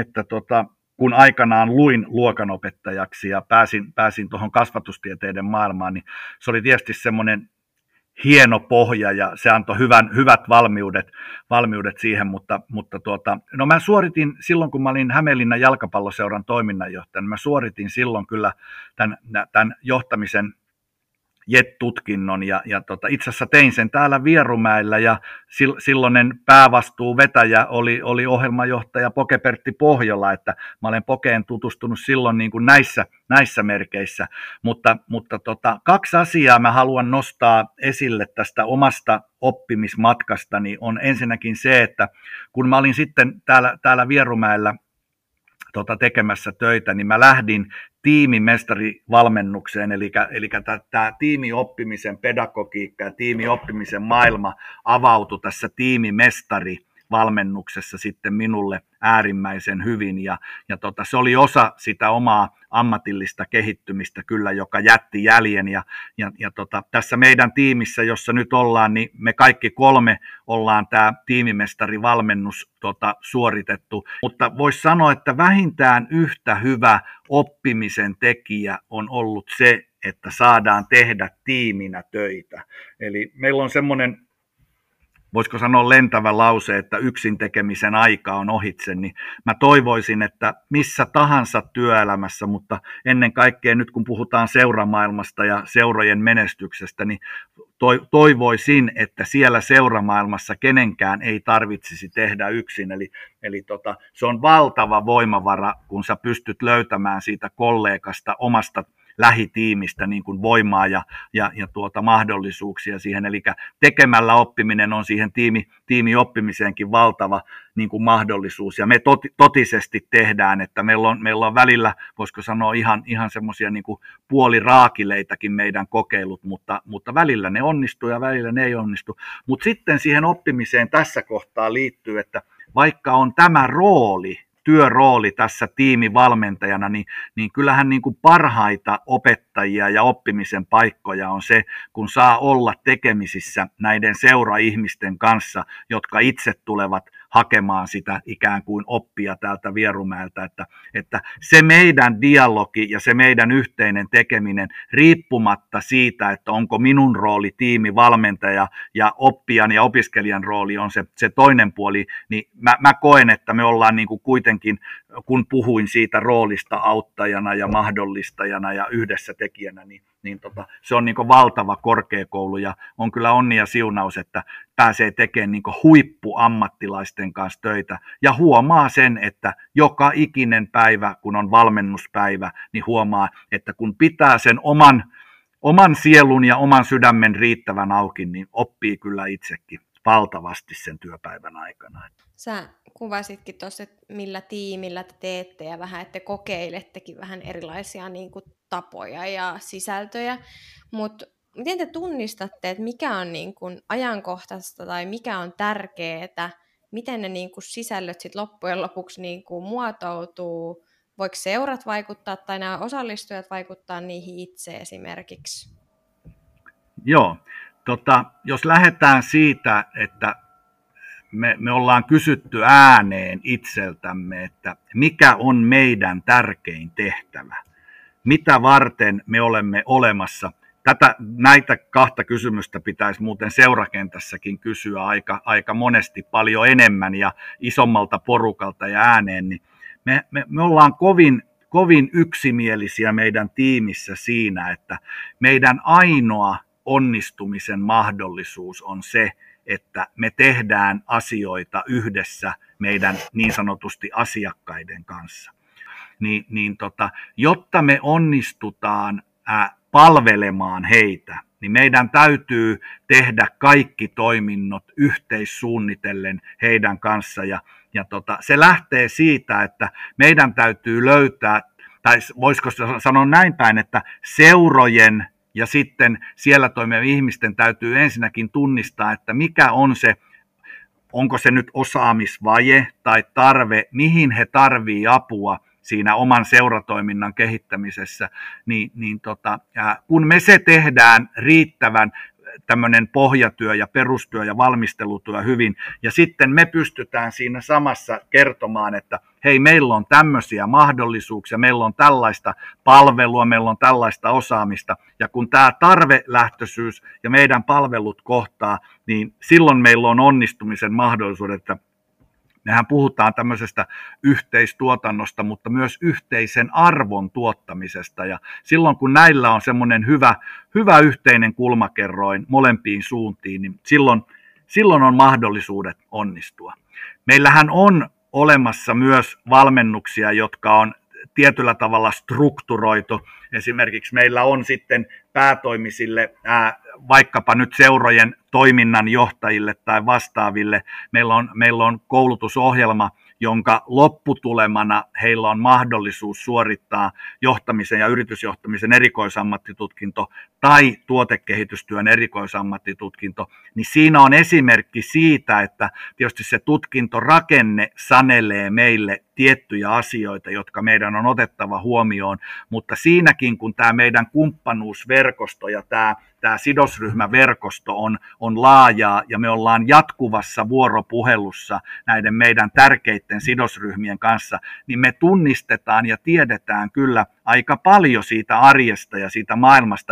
kun aikanaan luin luokanopettajaksi ja pääsin tuohon kasvatustieteiden maailmaan, niin se oli tietysti semmoinen hieno pohja ja se antoi hyvät valmiudet siihen, mutta mä suoritin silloin, kun mä olin Hämeenlinnan jalkapalloseuran toiminnanjohtaja, niin mä suoritin silloin kyllä tämän johtamisen JET-tutkinnon ja itse asiassa tein sen täällä Vierumäellä ja silloinen päävastuuvetäjä oli ohjelmajohtaja Poke-Pertti Pohjola, että mä olen Pokeen tutustunut silloin niin kuin näissä merkeissä, mutta 2 asiaa mä haluan nostaa esille tästä omasta oppimismatkastani on ensinnäkin se, että kun mä olin sitten täällä Vierumäellä tekemässä töitä, niin mä lähdin tiimimestarivalmennukseen, eli tämä tiimioppimisen pedagogiikka ja tiimioppimisen maailma avautui tässä tiimimestarivalmennuksessa sitten minulle äärimmäisen hyvin, ja se oli osa sitä omaa ammatillista kehittymistä kyllä, joka jätti jäljen, ja tässä meidän tiimissä, jossa nyt ollaan, niin me kaikki 3 ollaan tämä tiimimestarivalmennus suoritettu, mutta voisi sanoa, että vähintään yhtä hyvä oppimisen tekijä on ollut se, että saadaan tehdä tiiminä töitä, eli meillä on semmoinen, voisiko sanoa lentävä lause, että yksin tekemisen aika on ohitse, niin mä toivoisin, että missä tahansa työelämässä, mutta ennen kaikkea nyt kun puhutaan seuramaailmasta ja seurojen menestyksestä, niin toivoisin, että siellä seuramaailmassa kenenkään ei tarvitsisi tehdä yksin, eli se on valtava voimavara, kun sä pystyt löytämään siitä kollegasta omasta lähitiimistä niin kuin voimaa ja mahdollisuuksia siihen, eli tekemällä oppiminen on siihen tiimioppimiseenkin valtava niin kuin mahdollisuus, ja me totisesti tehdään, että meillä on välillä, voisiko sanoa ihan semmoisia niin kuin puoliraakileitäkin meidän kokeilut, mutta välillä ne onnistuu ja välillä ne ei onnistu, mutta sitten siihen oppimiseen tässä kohtaa liittyy, että vaikka on tämä työrooli tässä tiimivalmentajana, niin kyllähän niin kuin parhaita opettajia ja oppimisen paikkoja on se, kun saa olla tekemisissä näiden seuraihmisten kanssa, jotka itse tulevat hakemaan sitä ikään kuin oppia täältä Vierumäeltä, että se meidän dialogi ja se meidän yhteinen tekeminen riippumatta siitä, että onko minun rooli tiimivalmentaja ja oppijan ja opiskelijan rooli on se toinen puoli, niin mä koen, että me ollaan niin kuin kuitenkin, kun puhuin siitä roolista auttajana ja mahdollistajana ja yhdessä tekijänä, niin se on niin kuin valtava korkeakoulu ja on kyllä onni ja siunaus, että pääsee tekemään niin kuin huippuammattilaisten kanssa töitä ja huomaa sen, että joka ikinen päivä, kun on valmennuspäivä, niin huomaa, että kun pitää sen oman sielun ja oman sydämen riittävän auki, niin oppii kyllä itsekin valtavasti sen työpäivän aikana. Sä kuvasitkin tuossa, että millä tiimillä te teette ja vähän, että kokeilettekin vähän erilaisia niin kuin tapoja ja sisältöjä, mutta miten te tunnistatte, että mikä on niin kuin ajankohtaista tai mikä on tärkeää, miten ne niin kuin sisällöt sit loppujen lopuksi niin kuin muotoutuu, voiko seurat vaikuttaa tai nämä osallistujat vaikuttaa niihin itse esimerkiksi? Joo, Jos lähdetään siitä, että me ollaan kysytty ääneen itseltämme, että mikä on meidän tärkein tehtävä, mitä varten me olemme olemassa. Näitä kahta kysymystä pitäisi muuten seurakentässäkin kysyä aika monesti paljon enemmän ja isommalta porukalta ja ääneen. Niin me ollaan kovin yksimielisiä meidän tiimissä siinä, että meidän ainoa onnistumisen mahdollisuus on se, että me tehdään asioita yhdessä meidän niin sanotusti asiakkaiden kanssa. Jotta me onnistutaan palvelemaan heitä, niin meidän täytyy tehdä kaikki toiminnot yhteissuunnitellen heidän kanssa. Se lähtee siitä, että meidän täytyy löytää, tai voisiko sanoa näin päin, että seurojen ja sitten siellä toimivien ihmisten täytyy ensinnäkin tunnistaa, että mikä on se, onko se nyt osaamisvaje tai tarve, mihin he tarvii apua siinä oman seuratoiminnan kehittämisessä, kun me se tehdään riittävän tämmöinen pohjatyö ja perustyö ja valmistelutyö hyvin, ja sitten me pystytään siinä samassa kertomaan, että hei, meillä on tämmöisiä mahdollisuuksia, meillä on tällaista palvelua, meillä on tällaista osaamista, ja kun tämä tarvelähtöisyys ja meidän palvelut kohtaa, niin silloin meillä on onnistumisen mahdollisuudet, että mehän puhutaan tämmöisestä yhteistuotannosta, mutta myös yhteisen arvon tuottamisesta. Ja silloin kun näillä on semmoinen hyvä yhteinen kulmakerroin molempiin suuntiin, niin silloin on mahdollisuudet onnistua. Meillähän on olemassa myös valmennuksia, jotka on tietyllä tavalla strukturoitu. Esimerkiksi meillä on sitten päätoimisille, vaikkapa nyt seurojen toiminnanjohtajille tai vastaaville, meillä on koulutusohjelma, jonka lopputulemana heillä on mahdollisuus suorittaa johtamisen ja yritysjohtamisen erikoisammattitutkinto tai tuotekehitystyön erikoisammattitutkinto, niin siinä on esimerkki siitä, että tietysti se tutkintorakenne sanelee meille tiettyjä asioita, jotka meidän on otettava huomioon, mutta siinäkin, kun tämä meidän kumppanuusverkosto ja tämä sidosryhmäverkosto on laajaa ja me ollaan jatkuvassa vuoropuhelussa näiden meidän tärkeiden sidosryhmien kanssa, niin me tunnistetaan ja tiedetään kyllä aika paljon siitä arjesta ja siitä maailmasta,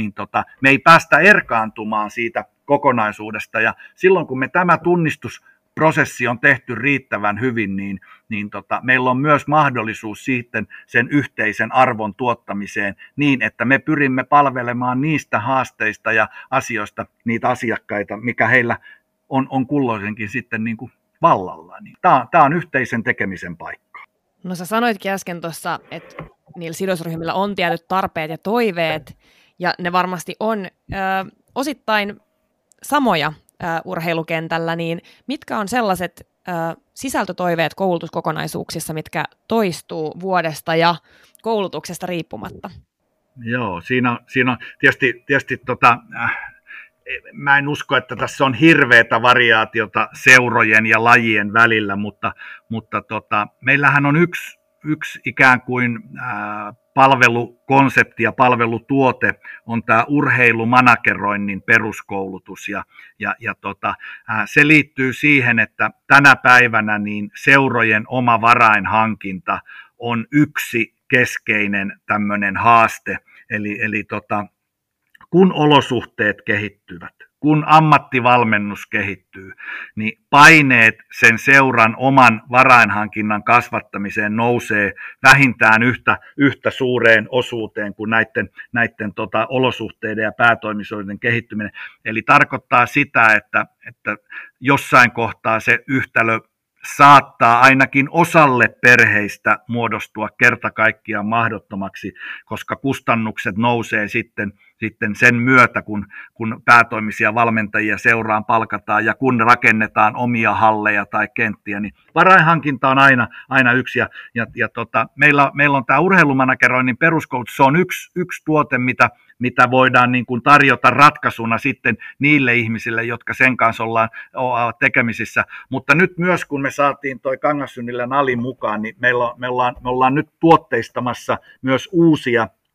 me ei päästä erkaantumaan siitä kokonaisuudesta, ja silloin kun me tämä tunnistusprosessi on tehty riittävän hyvin, niin meillä on myös mahdollisuus sitten sen yhteisen arvon tuottamiseen niin, että me pyrimme palvelemaan niistä haasteista ja asioista niitä asiakkaita, mikä heillä on kulloisenkin sitten niin kuin vallalla. Tämä on yhteisen tekemisen paikka. No sä sanoitkin äsken tuossa, että niillä sidosryhmillä on tietyt tarpeet ja toiveet, ja ne varmasti on osittain samoja urheilukentällä, niin mitkä on sellaiset sisältötoiveet koulutuskokonaisuuksissa, mitkä toistuu vuodesta ja koulutuksesta riippumatta? Joo, siinä on tietysti mä en usko, että tässä on hirveätä variaatiota seurojen ja lajien välillä, mutta meillähän on yksi ikään kuin palvelukonsepti ja palvelutuote on tämä urheilumanageroinnin peruskoulutus ja se liittyy siihen, että tänä päivänä niin seurojen oma varainhankinta on yksi keskeinen tämmöinen haaste, eli kun olosuhteet kehittyvät, kun ammattivalmennus kehittyy, niin paineet sen seuran oman varainhankinnan kasvattamiseen nousee vähintään yhtä suureen osuuteen kuin näiden olosuhteiden ja päätoimisuuden kehittyminen. Eli tarkoittaa sitä, että jossain kohtaa se yhtälö saattaa ainakin osalle perheistä muodostua kerta kaikkiaan mahdottomaksi, koska kustannukset nousee sitten sen myötä, kun päätoimisia valmentajia seuraan palkataan ja kun rakennetaan omia halleja tai kenttiä, niin varainhankinta on aina yksi. Meillä on tämä urheilumanageroinnin peruskoulutus, se on yksi tuote, mitä voidaan niin kuin tarjota ratkaisuna sitten niille ihmisille, jotka sen kanssa ollaan tekemisissä. Mutta nyt myös, kun me saatiin toi Kangassynnilän Ali mukaan, niin me ollaan nyt tuotteistamassa myös uusia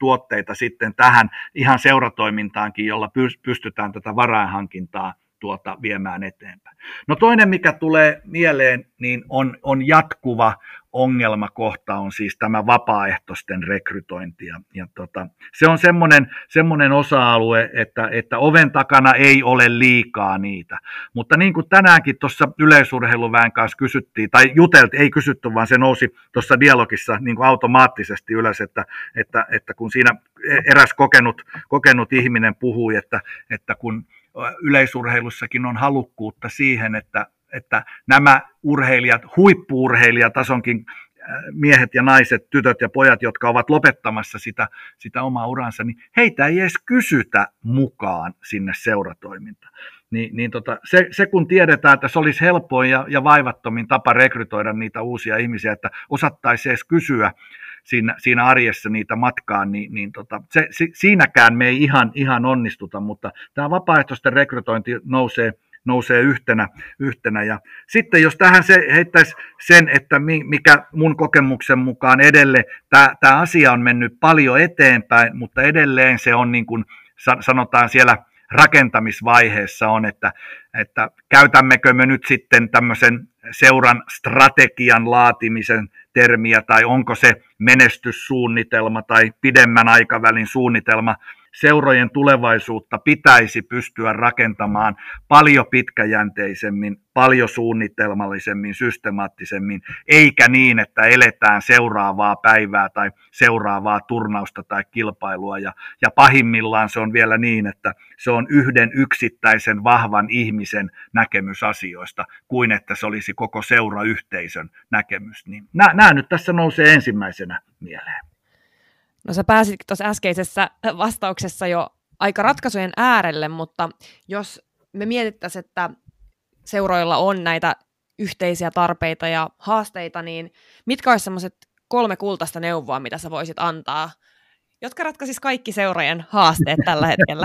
tuotteita sitten tähän ihan seuratoimintaankin, jolla pystytään tätä varainhankintaa viemään eteenpäin. No toinen, mikä tulee mieleen, niin on jatkuva ongelmakohta on siis tämä vapaaehtoisten rekrytointi. Ja se on semmoinen osa-alue, että oven takana ei ole liikaa niitä. Mutta niin kuin tänäänkin tuossa yleisurheiluväen kanssa kysyttiin, tai juteltiin, ei kysytty, vaan se nousi tuossa dialogissa niin kuin automaattisesti ylös, että kun siinä eräs kokenut ihminen puhui, että kun yleisurheilussakin on halukkuutta siihen, että nämä urheilijat, huippu-urheilijatasonkin miehet ja naiset, tytöt ja pojat, jotka ovat lopettamassa sitä omaa uransa, niin heitä ei edes kysytä mukaan sinne seuratoimintaan. Se kun tiedetään, että se olisi helpoin ja vaivattomin tapa rekrytoida niitä uusia ihmisiä, että osattaisiin edes kysyä siinä arjessa niitä matkaan, siinäkään me ei ihan onnistuta, mutta tämä vapaaehtoisten rekrytointi nousee yhtenä. Ja sitten jos tähän se heittäisi sen, että mikä mun kokemuksen mukaan edelleen, tämä asia on mennyt paljon eteenpäin, mutta edelleen se on niin kuin sanotaan siellä rakentamisvaiheessa on, että käytämmekö me nyt sitten tämmöisen seuran strategian laatimisen termiä, tai onko se menestyssuunnitelma tai pidemmän aikavälin suunnitelma. Seurojen tulevaisuutta pitäisi pystyä rakentamaan paljon pitkäjänteisemmin, paljon suunnitelmallisemmin, systemaattisemmin, eikä niin, että eletään seuraavaa päivää tai seuraavaa turnausta tai kilpailua. Ja pahimmillaan se on vielä niin, että se on yhden yksittäisen vahvan ihmisen näkemys asioista, kuin että se olisi koko seurayhteisön näkemys. Niin nämä nyt tässä nousee ensimmäisenä mieleen. No sä pääsitkin tuossa äskeisessä vastauksessa jo aika ratkaisujen äärelle, mutta jos me mietittäisiin, että seuroilla on näitä yhteisiä tarpeita ja haasteita, niin mitkä olisi sellaiset 3 kultaista neuvoa, mitä sä voisit antaa, jotka ratkaisis kaikki seurojen haasteet tällä hetkellä?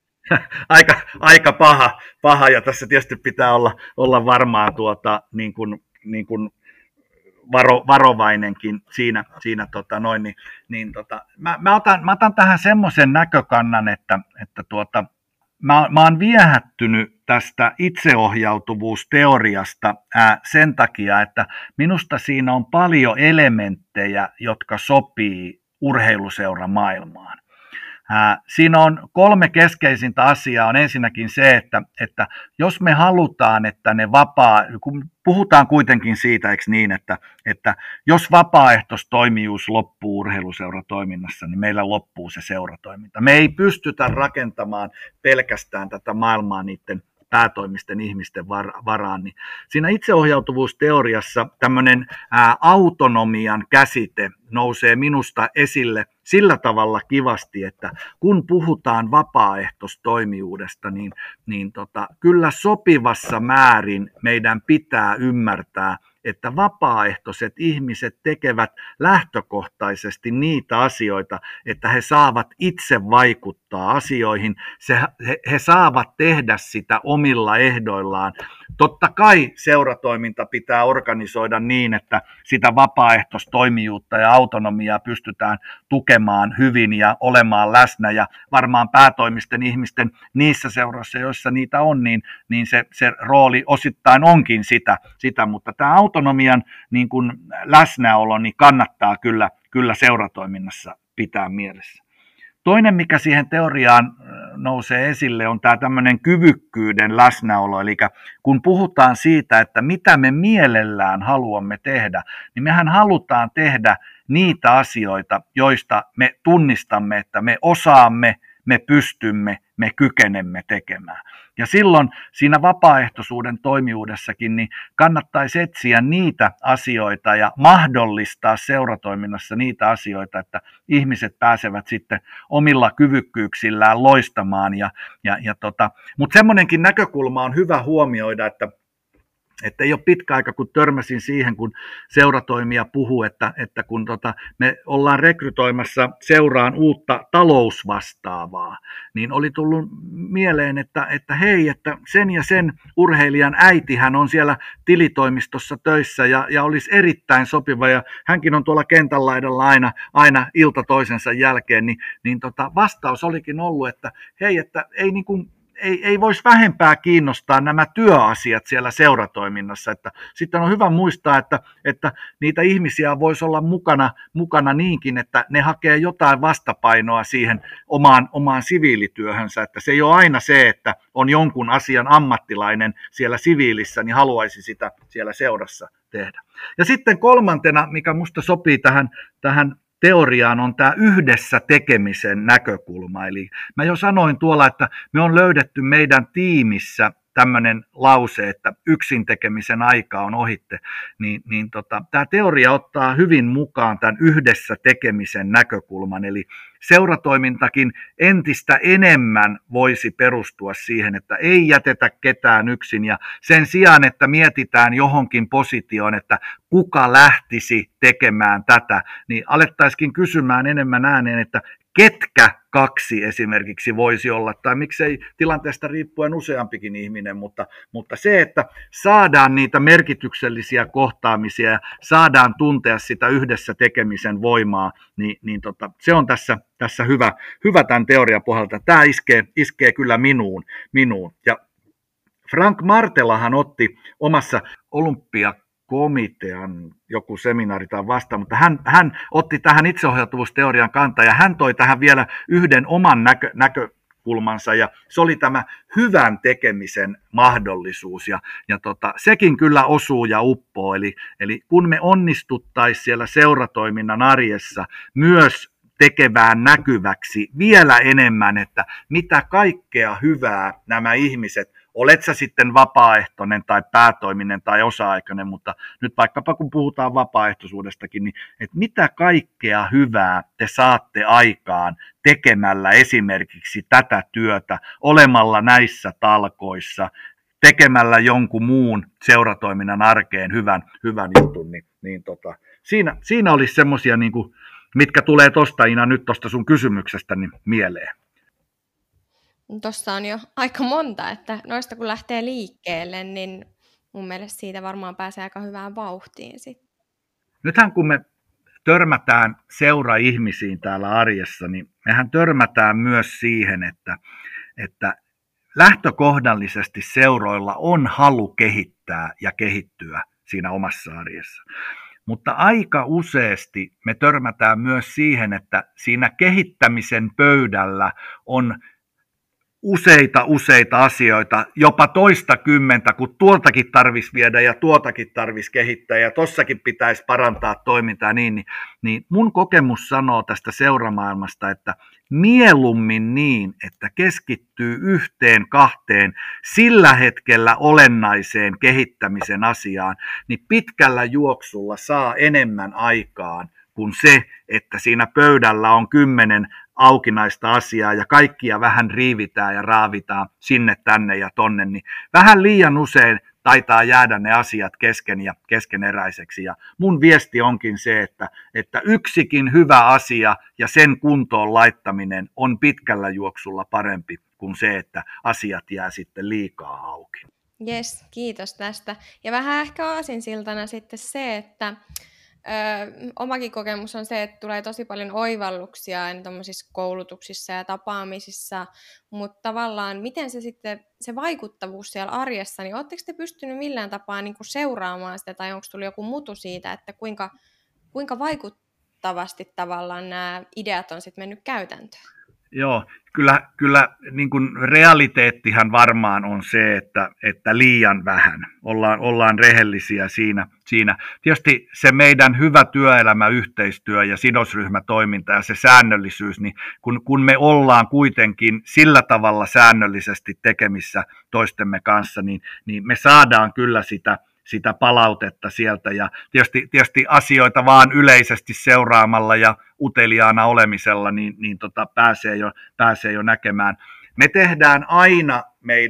Aika paha, ja tässä tietysti pitää olla varmaan niin kuin varovainenkin siinä mä otan tähän semmoisen näkökannan, että mä oon viehättynyt tästä itseohjautuvuusteoriasta sen takia, että minusta siinä on paljon elementtejä, jotka sopii urheiluseuramaailmaan. Siinä on 3 keskeisintä asiaa. On ensinnäkin se, että jos me halutaan, että kun puhutaan kuitenkin siitä, eikö niin, että jos vapaaehtoistoimijuus loppuu urheiluseuratoiminnassa, niin meillä loppuu se seuratoiminta. Me ei pystytä rakentamaan pelkästään tätä maailmaa niiden päätoimisten ihmisten varaan, niin siinä itseohjautuvuusteoriassa tämmöinen autonomian käsite nousee minusta esille sillä tavalla kivasti, että kun puhutaan vapaaehtoistoimijuudesta, niin kyllä sopivassa määrin meidän pitää ymmärtää, että vapaaehtoiset ihmiset tekevät lähtökohtaisesti niitä asioita, että he saavat itse vaikuttaa asioihin, he saavat tehdä sitä omilla ehdoillaan. Totta kai seuratoiminta pitää organisoida niin, että sitä vapaaehtoistoimijuutta ja autonomiaa pystytään tukemaan hyvin ja olemaan läsnä, ja varmaan päätoimisten ihmisten niissä seuroissa, joissa niitä on, niin se rooli osittain onkin sitä, mutta tämä autonomian niin kuin läsnäolo niin kannattaa kyllä seuratoiminnassa pitää mielessä. Toinen, mikä siihen teoriaan nousee esille, on tämä tämmöinen kyvykkyyden läsnäolo. Eli kun puhutaan siitä, että mitä me mielellään haluamme tehdä, niin mehän halutaan tehdä niitä asioita, joista me tunnistamme, että me osaamme, me pystymme, me kykenemme tekemään. Ja silloin siinä vapaaehtoisuuden toimijuudessakin niin kannattaisi etsiä niitä asioita ja mahdollistaa seuratoiminnassa niitä asioita, että ihmiset pääsevät sitten omilla kyvykkyyksillään loistamaan. Mutta semmoinenkin näkökulma on hyvä huomioida, Että ei ole pitkä aika, kun törmäsin siihen, kun seuratoimija puhuu, että kun me ollaan rekrytoimassa seuraan uutta talousvastaavaa, niin oli tullut mieleen, että hei, että sen ja sen urheilijan äitihän on siellä tilitoimistossa töissä ja olisi erittäin sopiva, ja hänkin on tuolla kentän laidalla aina ilta toisensa jälkeen, niin vastaus olikin ollut, että hei, että ei voisi vähempää kiinnostaa nämä työasiat siellä seuratoiminnassa, että sitten on hyvä muistaa, että niitä ihmisiä voisi olla mukana niinkin, että ne hakee jotain vastapainoa siihen omaan siviilityöhönsä, että se ei ole aina se, että on jonkun asian ammattilainen siellä siviilissä, niin haluaisi sitä siellä seurassa tehdä. Ja sitten kolmantena, mikä musta sopii tähän teoriaan, on tämä yhdessä tekemisen näkökulma. Eli mä jo sanoin tuolla, että me on löydetty meidän tiimissä tämmöinen lause, että yksin tekemisen aika on ohitte, niin tämä teoria ottaa hyvin mukaan tämän yhdessä tekemisen näkökulman, eli seuratoimintakin entistä enemmän voisi perustua siihen, että ei jätetä ketään yksin, ja sen sijaan, että mietitään johonkin positioon, että kuka lähtisi tekemään tätä, niin alettaisikin kysymään enemmän ääneen, että ketkä kaksi esimerkiksi voisi olla, tai miksei tilanteesta riippuen useampikin ihminen, mutta se, että saadaan niitä merkityksellisiä kohtaamisia ja saadaan tuntea sitä yhdessä tekemisen voimaa, niin se on tässä hyvä tämän teorian pohjalta. Tämä iskee kyllä minuun. Ja Frank Martelahan otti omassa olympiakomitean joku seminaari tai vasta, mutta hän otti tähän itseohjautuvuusteorian kantaa ja hän toi tähän vielä yhden oman näkökulmansa ja se oli tämä hyvän tekemisen mahdollisuus ja sekin kyllä osuu ja uppoo, eli kun me onnistuttaisiin siellä seuratoiminnan arjessa myös tekevään näkyväksi vielä enemmän, että mitä kaikkea hyvää nämä ihmiset, olet sä sitten vapaaehtoinen tai päätoiminen tai osa-aikainen, mutta nyt vaikkapa kun puhutaan vapaaehtoisuudestakin, niin että mitä kaikkea hyvää te saatte aikaan tekemällä esimerkiksi tätä työtä, olemalla näissä talkoissa, tekemällä jonkun muun seuratoiminnan arkeen hyvän jutun, niin siinä olisi semmoisia, niin kuin, mitkä tulee tosta Ina nyt tuosta sun kysymyksestä niin mieleen. Tuossa on jo aika monta, että noista kun lähtee liikkeelle, niin mun mielestä siitä varmaan pääsee aika hyvään vauhtiin sitten. Nythän kun me törmätään seura-ihmisiin täällä arjessa, niin mehän törmätään myös siihen, että lähtökohdallisesti seuroilla on halu kehittää ja kehittyä siinä omassa arjessa. Mutta aika useasti me törmätään myös siihen, että siinä kehittämisen pöydällä on useita asioita, jopa toistakymmentä, kun tuoltakin tarvitsisi viedä ja tuotakin tarvitsisi kehittää ja tossakin pitäisi parantaa toimintaa, niin mun kokemus sanoo tästä seuramaailmasta, että mieluummin niin, että keskittyy yhteen, kahteen sillä hetkellä olennaiseen kehittämisen asiaan, niin pitkällä juoksulla saa enemmän aikaan kuin se, että siinä pöydällä on 10 aukinaista asiaa ja kaikkia vähän riivitään ja raavitaan sinne, tänne ja tonne, niin vähän liian usein taitaa jäädä ne asiat kesken ja keskeneräiseksi. Ja mun viesti onkin se, että yksikin hyvä asia ja sen kuntoon laittaminen on pitkällä juoksulla parempi kuin se, että asiat jää sitten liikaa auki. Jes, kiitos tästä. Ja vähän ehkä aasinsiltana sitten se, että omakin kokemus on se, että tulee tosi paljon oivalluksia tuommoisissa koulutuksissa ja tapaamisissa, mutta tavallaan miten se sitten, se vaikuttavuus siellä arjessa, niin oletteko te pystynyt millään tapaa niin kuin seuraamaan sitä, tai onko tullut joku mutu siitä, että kuinka vaikuttavasti tavallaan nämä ideat on sitten mennyt käytäntöön? Joo, kyllä niin kuin realiteettihan varmaan on se, että liian vähän. Ollaan rehellisiä siinä. Tietysti se meidän hyvä työelämä, yhteistyö ja sidosryhmätoiminta ja se säännöllisyys, niin kun me ollaan kuitenkin sillä tavalla säännöllisesti tekemissä toistemme kanssa, niin me saadaan kyllä sitä palautetta sieltä ja tietysti asioita vaan yleisesti seuraamalla ja uteliaana olemisella niin pääsee jo näkemään. Me tehdään aina meidän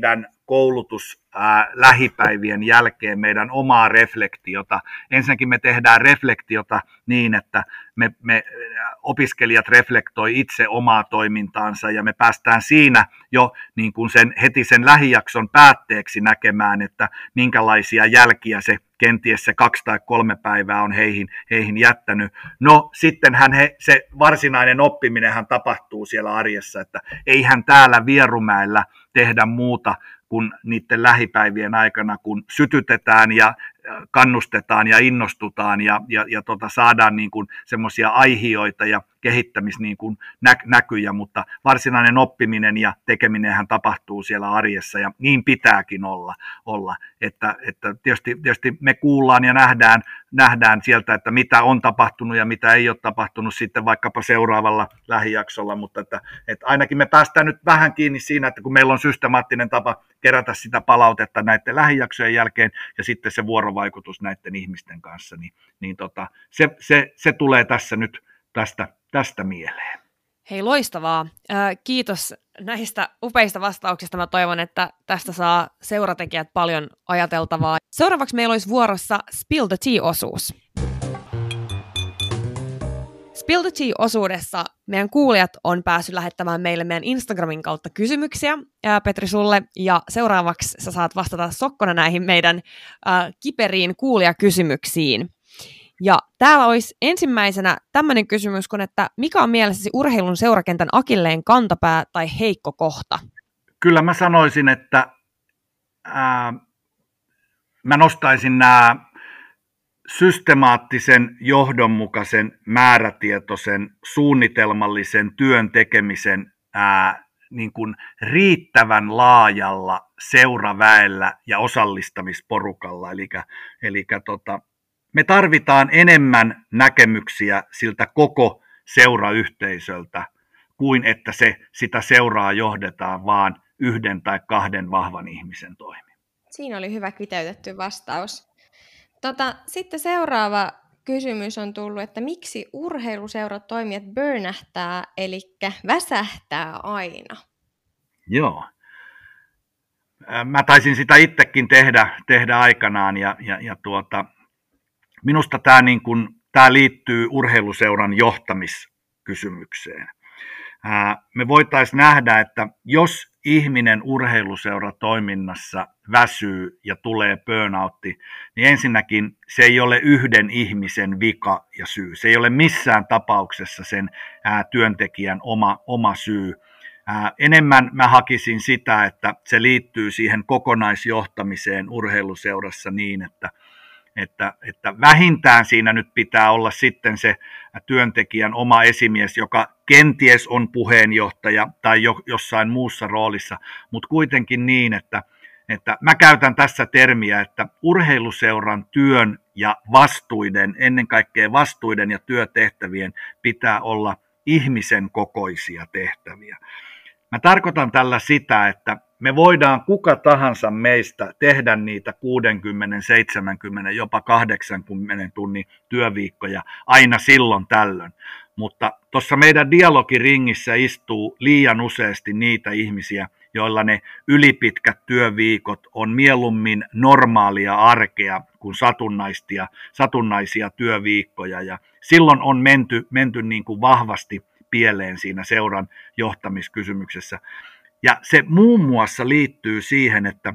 koulutus lähipäivien jälkeen meidän omaa reflektiota. Ensinnäkin me tehdään reflektiota niin, että me opiskelijat reflektoi itse omaa toimintaansa ja me päästään siinä jo niin kuin heti sen lähijakson päätteeksi näkemään, että minkälaisia jälkiä se kenties se 2 tai 3 päivää on heihin jättänyt. No sittenhän se varsinainen oppiminenhan tapahtuu siellä arjessa, että eihän täällä Vierumäellä tehdä muuta kuin niiden lähipäivien aikana, kun sytytetään ja kannustetaan ja innostutaan ja saadaan niin kuin semmoisia aihioita ja kehittämis niin kuin näkyjä, mutta varsinainen oppiminen ja tekeminenhän tapahtuu siellä arjessa ja niin pitääkin olla. Että tietysti me kuullaan ja nähdään sieltä, että mitä on tapahtunut ja mitä ei ole tapahtunut sitten vaikkapa seuraavalla lähijaksolla, mutta että ainakin me päästään nyt vähän kiinni siinä, että kun meillä on systemaattinen tapa kerätä sitä palautetta näiden lähijaksojen jälkeen ja sitten se vuorovaikutus näiden ihmisten kanssa, niin se tulee tässä nyt tästä mieleen. Hei, loistavaa. Kiitos näistä upeista vastauksista. Mä toivon, että tästä saa seuratekijät paljon ajateltavaa. Seuraavaksi meillä olisi vuorossa Spill the Tea-osuus. Spill the Tea-osuudessa meidän kuulijat on päässyt lähettämään meille meidän Instagramin kautta kysymyksiä, Petri, sulle. Ja seuraavaksi sä saat vastata sokkona näihin meidän kiperiin kuulijakysymyksiin. Ja täällä olisi ensimmäisenä tämmöinen kysymys, kun että mikä on mielessäsi urheilun seurakentän akilleen kantapää tai heikko kohta? Kyllä mä sanoisin, että mä nostaisin nämä systemaattisen, johdonmukaisen, määrätietoisen, suunnitelmallisen työn tekemisen niin kuin riittävän laajalla seuraväellä ja osallistamisporukalla. Eli me tarvitaan enemmän näkemyksiä siltä koko seurayhteisöltä kuin että sitä seuraa johdetaan vaan 1 tai 2 vahvan ihmisen toimin. Siinä oli hyvä kiteytetty vastaus. Sitten seuraava kysymys on tullut, että miksi urheiluseurat toimijat burnähtää, eli väsähtää aina? Joo. Mä taisin sitä itsekin tehdä aikanaan ja minusta tämä liittyy urheiluseuran johtamiskysymykseen. Me voitaisiin nähdä, että jos ihminen urheiluseuratoiminnassa väsyy ja tulee burnoutti, niin ensinnäkin se ei ole yhden ihmisen vika ja syy. Se ei ole missään tapauksessa sen työntekijän oma syy. Enemmän mä hakisin sitä, että se liittyy siihen kokonaisjohtamiseen urheiluseurassa niin, että vähintään siinä nyt pitää olla sitten se työntekijän oma esimies, joka kenties on puheenjohtaja tai jossain muussa roolissa, mutta kuitenkin niin, että mä käytän tässä termiä, että urheiluseuran työn ja vastuiden, ennen kaikkea vastuiden ja työtehtävien pitää olla ihmisen kokoisia tehtäviä. Mä tarkoitan tällä sitä, että me voidaan kuka tahansa meistä tehdä niitä 60, 70, jopa 80 tunnin työviikkoja aina silloin tällöin. Mutta tuossa meidän dialogiringissä istuu liian useasti niitä ihmisiä, joilla ne ylipitkät työviikot on mieluummin normaalia arkea kuin satunnaisia työviikkoja. Ja silloin on menty niin kuin vahvasti pieleen siinä seuran johtamiskysymyksessä. Ja se muun muassa liittyy siihen, että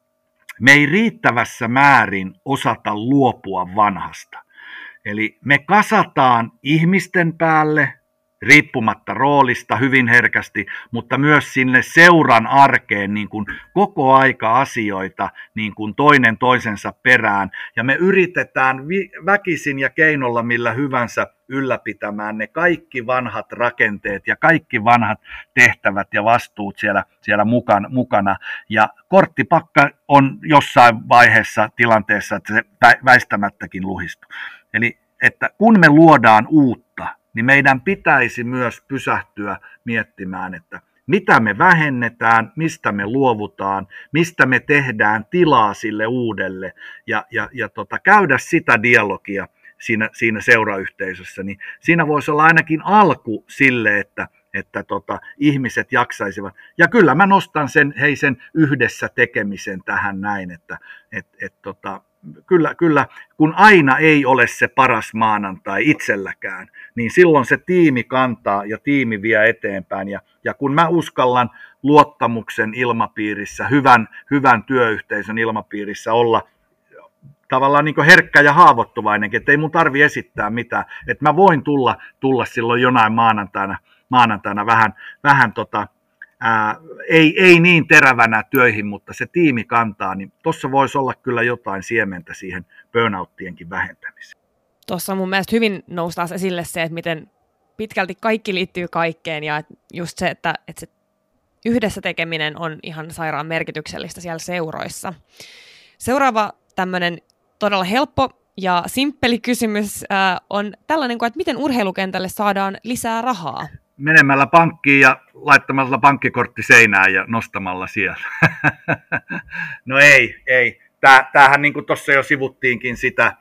me ei riittävässä määrin osata luopua vanhasta. Eli me kasataan ihmisten päälle, riippumatta roolista hyvin herkästi, mutta myös sinne seuran arkeen niin kuin koko aika asioita niin kuin toinen toisensa perään. Ja me yritetään väkisin ja keinolla millä hyvänsä ylläpitämään ne kaikki vanhat rakenteet ja kaikki vanhat tehtävät ja vastuut siellä mukana. Ja korttipakka on jossain vaiheessa tilanteessa, että se väistämättäkin luhistuu. Eli että kun me luodaan uutta, niin meidän pitäisi myös pysähtyä miettimään, että mitä me vähennetään, mistä me luovutaan, mistä me tehdään tilaa sille uudelle ja käydä sitä dialogia siinä seurayhteisössä. Niin siinä voisi olla ainakin alku sille, että ihmiset jaksaisivat. Ja kyllä mä nostan sen yhdessä tekemisen tähän näin, että kyllä, kun aina ei ole se paras maanantai itselläkään, niin silloin se tiimi kantaa ja tiimi vie eteenpäin. Ja kun mä uskallan luottamuksen ilmapiirissä, hyvän työyhteisön ilmapiirissä olla tavallaan niin kuin herkkä ja haavoittuvainenkin, että ei mun tarvi esittää mitään, että mä voin tulla silloin jonain maanantaina vähän ei niin terävänä töihin, mutta se tiimi kantaa, niin tuossa voisi olla kyllä jotain siementä siihen burnouttienkin vähentämiseen. Tuossa mun mielestä hyvin noustaa esille se, että miten pitkälti kaikki liittyy kaikkeen ja just se, että se yhdessä tekeminen on ihan sairaan merkityksellistä siellä seuroissa. Seuraava tämmöinen todella helppo ja simppeli kysymys on tällainen, että miten urheilukentälle saadaan lisää rahaa? Menemällä pankkiin ja laittamalla pankkikortti seinään ja nostamalla siellä. No ei. Tämähän niin kuin tuossa jo sivuttiinkin sitä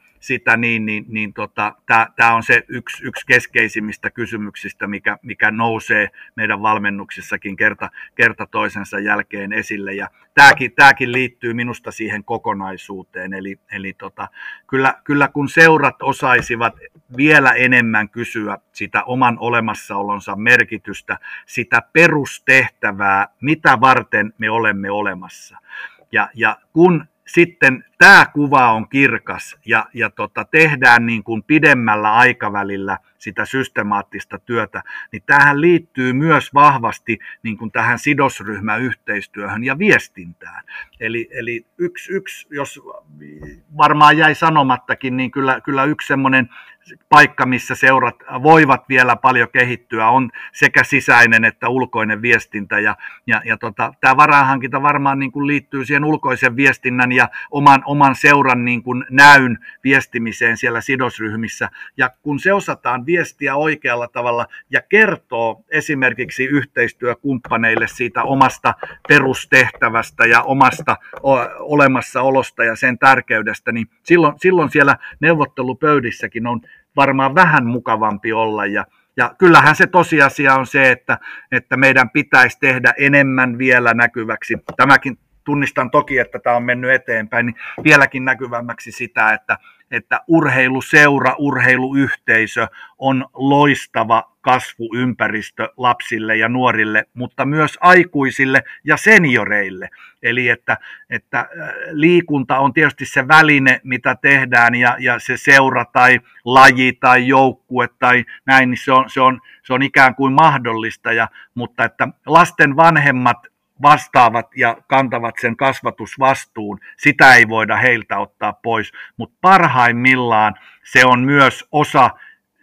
tämä on se yksi keskeisimmistä kysymyksistä, mikä nousee meidän valmennuksissakin kerta toisensa jälkeen esille. Ja tämäkin liittyy minusta siihen kokonaisuuteen. Eli kyllä kun seurat osaisivat vielä enemmän kysyä sitä oman olemassaolonsa merkitystä, sitä perustehtävää, mitä varten me olemme olemassa. Ja kun sitten tämä kuva on kirkas ja tehdään niin kuin pidemmällä aikavälillä sitä systemaattista työtä, niin tähän liittyy myös vahvasti niin kuin tähän sidosryhmäyhteistyöhön ja viestintään. Eli yksi, jos varmaan jäi sanomattakin, niin kyllä yksi semmoinen paikka, missä seurat voivat vielä paljon kehittyä, on sekä sisäinen että ulkoinen viestintä. Ja tämä varainhankinta varmaan niin kuin liittyy siihen ulkoisen viestinnän ja oman seuran niin kuin näyn viestimiseen siellä sidosryhmissä. Ja kun se osataan viestiä oikealla tavalla ja kertoo esimerkiksi yhteistyökumppaneille siitä omasta perustehtävästä ja omasta olemassaolosta ja sen tärkeydestä, niin silloin siellä neuvottelupöydissäkin on varmaan vähän mukavampi olla. Ja kyllähän se tosiasia on se, että meidän pitäisi tehdä enemmän vielä näkyväksi. Tämäkin tunnistan toki, että tämä on mennyt eteenpäin, niin vieläkin näkyvämmäksi sitä, että urheiluseura, urheiluyhteisö on loistava kasvuympäristö lapsille ja nuorille, mutta myös aikuisille ja senioreille. Eli että liikunta on tietysti se väline, mitä tehdään, ja se seura tai laji tai joukkue tai näin, niin se on ikään kuin mahdollista, mutta että lasten vanhemmat vastaavat ja kantavat sen kasvatusvastuun, sitä ei voida heiltä ottaa pois, mutta parhaimmillaan se on myös osa,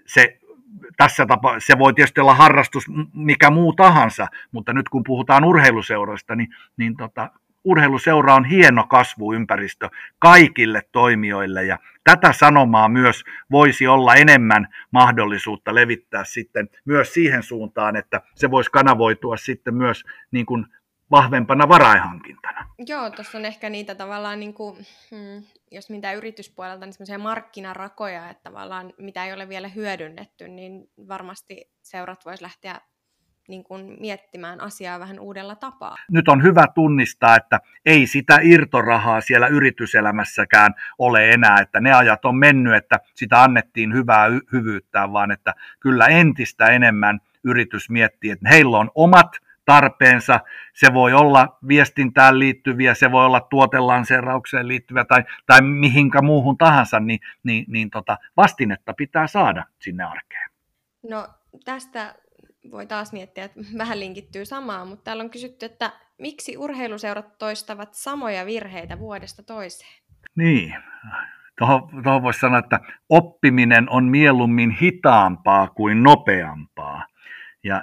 tässä tapauksessa se voi tietysti olla harrastus mikä muu tahansa, mutta nyt kun puhutaan urheiluseuroista, niin urheiluseura on hieno kasvuympäristö kaikille toimijoille, ja tätä sanomaa myös voisi olla enemmän mahdollisuutta levittää sitten myös siihen suuntaan, että se voisi kanavoitua sitten myös niin kuin vahvempana varainhankintana. Joo, tuossa on ehkä niitä tavallaan, niin kuin, jos mitä yrityspuolelta, niin semmoisia markkinarakoja, että tavallaan mitä ei ole vielä hyödynnetty, niin varmasti seurat vois lähteä niin kuin miettimään asiaa vähän uudella tapaa. Nyt on hyvä tunnistaa, että ei sitä irtorahaa siellä yrityselämässäkään ole enää, että ne ajat on mennyt, että sitä annettiin hyvää hyvyyttään, vaan että kyllä entistä enemmän yritys miettii, että heillä on omat tarpeensa, se voi olla viestintään liittyviä, se voi olla tuotelanseeraukseen liittyviä tai mihinkä muuhun tahansa, niin vastinetta pitää saada sinne arkeen. No tästä voi taas miettiä, että vähän linkittyy samaan, mutta täällä on kysytty, että miksi urheiluseurat toistavat samoja virheitä vuodesta toiseen? Niin, tuohon voisi sanoa, että oppiminen on mieluummin hitaampaa kuin nopeampaa. Ja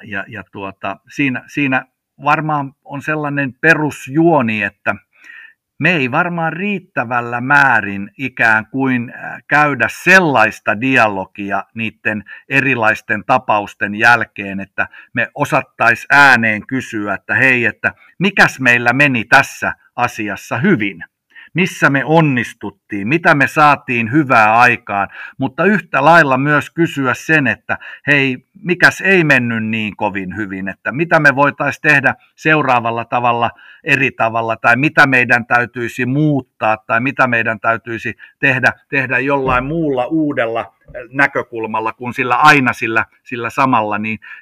siinä varmaan on sellainen perusjuoni, että me ei varmaan riittävällä määrin ikään kuin käydä sellaista dialogia niiden erilaisten tapausten jälkeen, että me osattaisiin ääneen kysyä, että hei, että mikäs meillä meni tässä asiassa hyvin. missä me onnistuttiin, mitä me saatiin hyvää aikaan, mutta yhtä lailla myös kysyä sen, että hei, mikäs ei mennyt niin kovin hyvin, että mitä me voitaisiin tehdä seuraavalla tavalla, eri tavalla, tai mitä meidän täytyisi muuttaa, tai mitä meidän täytyisi tehdä jollain muulla uudella näkökulmalla kuin sillä samalla,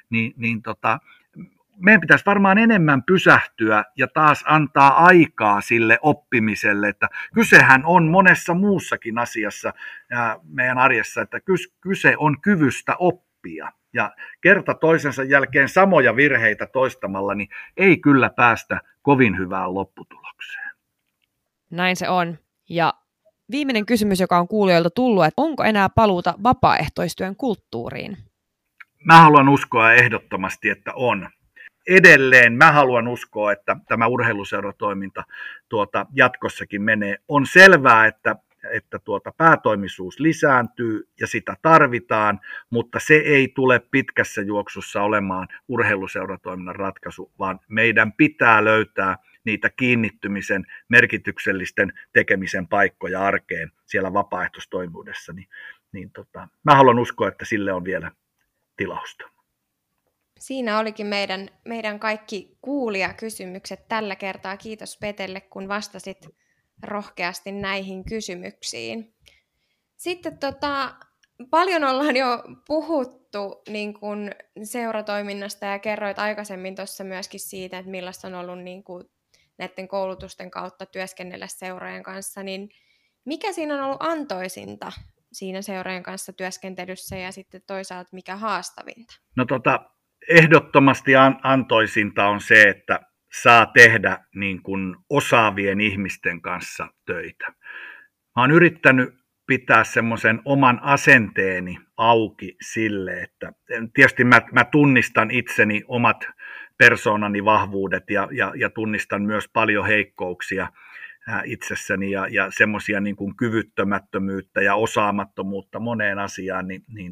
meidän pitäisi varmaan enemmän pysähtyä ja taas antaa aikaa sille oppimiselle, että kysehän on monessa muussakin asiassa meidän arjessa, että kyse on kyvystä oppia. Ja kerta toisensa jälkeen samoja virheitä toistamalla, niin ei kyllä päästä kovin hyvään lopputulokseen. Näin se on. Ja viimeinen kysymys, joka on kuulijoilta tullut, että onko enää paluuta vapaaehtoistyön kulttuuriin? Mä haluan uskoa ehdottomasti, että on. Edelleen mä haluan uskoa, että tämä urheiluseuratoiminta jatkossakin menee. On selvää, että päätoimisuus lisääntyy ja sitä tarvitaan, mutta se ei tule pitkässä juoksussa olemaan urheiluseuratoiminnan ratkaisu, vaan meidän pitää löytää niitä kiinnittymisen merkityksellisten tekemisen paikkoja arkeen siellä vapaaehtoistoimuudessa. Mä haluan uskoa, että sille on vielä tilausta. Siinä olikin meidän kaikki kuulijakysymykset tällä kertaa. Kiitos Petelle, kun vastasit rohkeasti näihin kysymyksiin. Sitten paljon ollaan jo puhuttu niin kun seuratoiminnasta ja kerroit aikaisemmin tuossa myöskin siitä, että millaista on ollut niin kun näiden koulutusten kautta työskennellä seurojen kanssa. Niin mikä siinä on ollut antoisinta siinä seurojen kanssa työskentelyssä ja sitten toisaalta mikä haastavinta? No ehdottomasti antoisinta on se, että saa tehdä niin kuin osaavien ihmisten kanssa töitä. Mä oon yrittänyt pitää semmoisen oman asenteeni auki sille, että tietysti mä tunnistan itseni omat persoonani vahvuudet ja tunnistan myös paljon heikkouksia itsessäni ja semmoisia niin kuin kyvyttömättömyyttä ja osaamattomuutta moneen asiaan,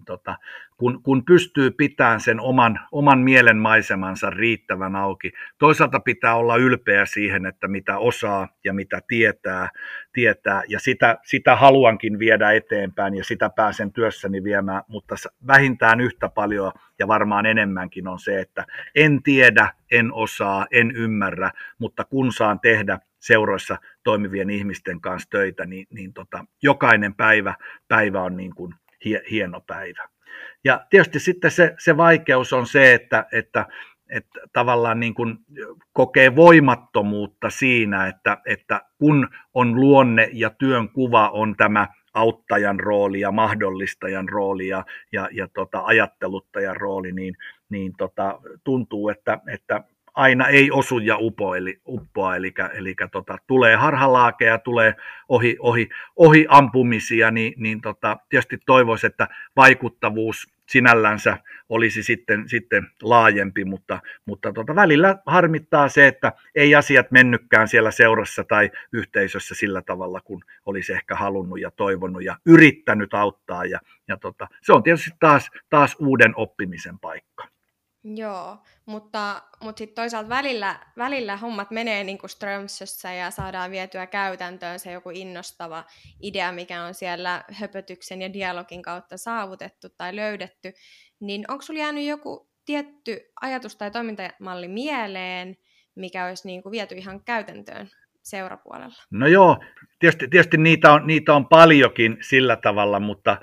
kun pystyy pitämään sen oman mielen maisemansa riittävän auki. Toisaalta pitää olla ylpeä siihen, että mitä osaa ja mitä tietää ja sitä haluankin viedä eteenpäin ja sitä pääsen työssäni viemään, mutta vähintään yhtä paljon ja varmaan enemmänkin on se, että en tiedä, en osaa, en ymmärrä, mutta kun saan tehdä seuroissa toimivien ihmisten kanssa töitä, niin jokainen päivä on niin kuin hieno päivä. Ja tietysti sitten se vaikeus on se, että tavallaan niin kuin kokee voimattomuutta siinä, että kun on luonne ja työn kuva on tämä auttajan rooli ja mahdollistajan rooli ja ajatteluttajan rooli, niin tuntuu, että aina ei osu ja uppoa, eli tulee harhalaakeja, tulee ohi ampumisia, niin tietysti toivoisi, että vaikuttavuus sinällänsä olisi sitten laajempi, mutta välillä harmittaa se, että ei asiat mennytkään siellä seurassa tai yhteisössä sillä tavalla, kun olisi ehkä halunnut ja toivonut ja yrittänyt auttaa, ja se on tietysti taas uuden oppimisen paikka. Joo, mutta sitten toisaalta välillä hommat menee niin kuin Strömsössä ja saadaan vietyä käytäntöön se joku innostava idea, mikä on siellä höpötyksen ja dialogin kautta saavutettu tai löydetty. Niin onko sulla jäänyt joku tietty ajatus tai toimintamalli mieleen, mikä olisi niin kuin viety ihan käytäntöön seurapuolella? No joo, tietysti niitä on paljonkin sillä tavalla, mutta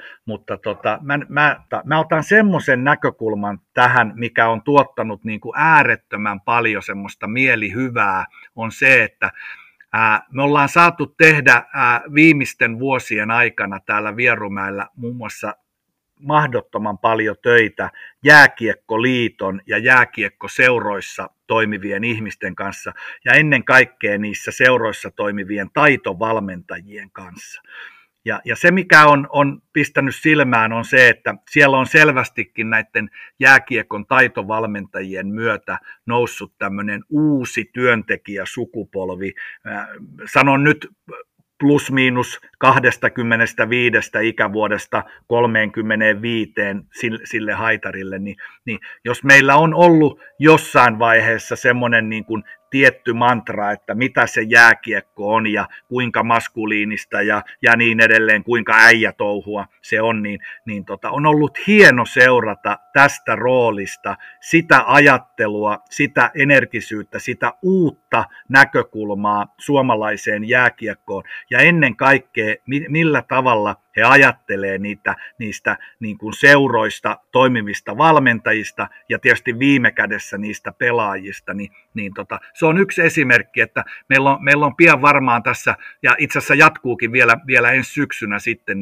mä otan semmoisen näkökulman tähän, mikä on tuottanut niin kuin äärettömän paljon semmoista mielihyvää, on se, että me ollaan saatu tehdä viimeisten vuosien aikana täällä Vierumäellä muun muassa mahdottoman paljon töitä jääkiekkoliiton ja jääkiekkoseuroissa toimivien ihmisten kanssa ja ennen kaikkea niissä seuroissa toimivien taitovalmentajien kanssa. Ja se, mikä on pistänyt silmään, on se, että siellä on selvästikin näiden jääkiekon taitovalmentajien myötä noussut tämmöinen uusi työntekijäsukupolvi. Sanon nyt plus miinus 25 ikävuodesta 35 sille haitarille, niin jos meillä on ollut jossain vaiheessa semmoinen niin kuin tietty mantra, että mitä se jääkiekko on ja kuinka maskuliinista ja niin edelleen, kuinka äijätouhua se on, on ollut hieno seurata tästä roolista sitä ajattelua, sitä energisyyttä, sitä uutta näkökulmaa suomalaiseen jääkiekkoon ja ennen kaikkea millä tavalla he ajattelee niistä niin kuin seuroista toimivista valmentajista ja tietysti viime kädessä niistä pelaajista, se on yksi esimerkki, että meillä on pian varmaan tässä, ja itse asiassa jatkuukin vielä ensi syksynä sitten,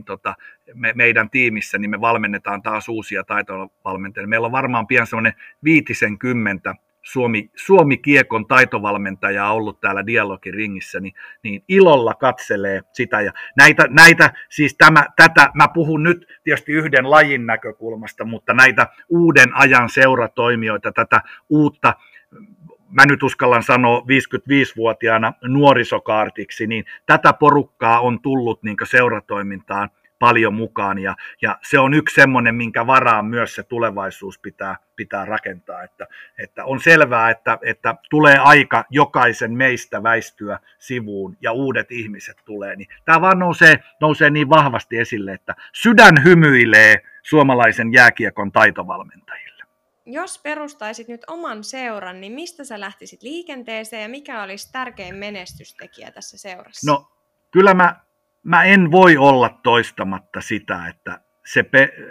meidän tiimissä niin me valmennetaan taas uusia taitovalmentajia. Meillä on varmaan pian semmoinen 50 Suomi-kiekon taitovalmentajaa ollut täällä Dialogiringissä, niin ilolla katselee sitä. Ja näitä siis tätä, mä puhun nyt tietysti yhden lajin näkökulmasta, mutta näitä uuden ajan seuratoimijoita, tätä uutta, mä nyt uskallan sanoa 55-vuotiaana nuorisokaartiksi, niin tätä porukkaa on tullut niin kuin seuratoimintaan paljon mukaan, ja se on yksi semmoinen, minkä varaan myös se tulevaisuus pitää rakentaa, että on selvää, että tulee aika jokaisen meistä väistyä sivuun ja uudet ihmiset tulee, niin tämä vaan nousee niin vahvasti esille, että sydän hymyilee suomalaisen jääkiekon taitovalmentajille. Jos perustaisit nyt oman seuran, niin mistä sä lähtisit liikenteeseen ja mikä olisi tärkein menestystekijä tässä seurassa? No kyllä mä en voi olla toistamatta sitä, että se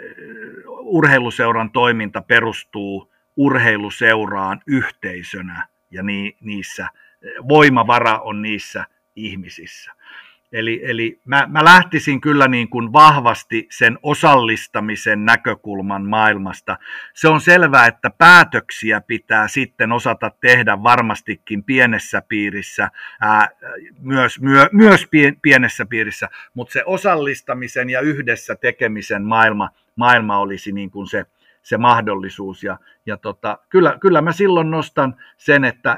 urheiluseuran toiminta perustuu urheiluseuraan yhteisönä ja niissä voimavara on niissä ihmisissä. Eli mä lähtisin kyllä niin kuin vahvasti sen osallistamisen näkökulman maailmasta. Se on selvää, että päätöksiä pitää sitten osata tehdä varmastikin pienessä piirissä, myös pienessä piirissä, mutta se osallistamisen ja yhdessä tekemisen maailma olisi niin kuin se mahdollisuus. Kyllä mä silloin nostan sen, että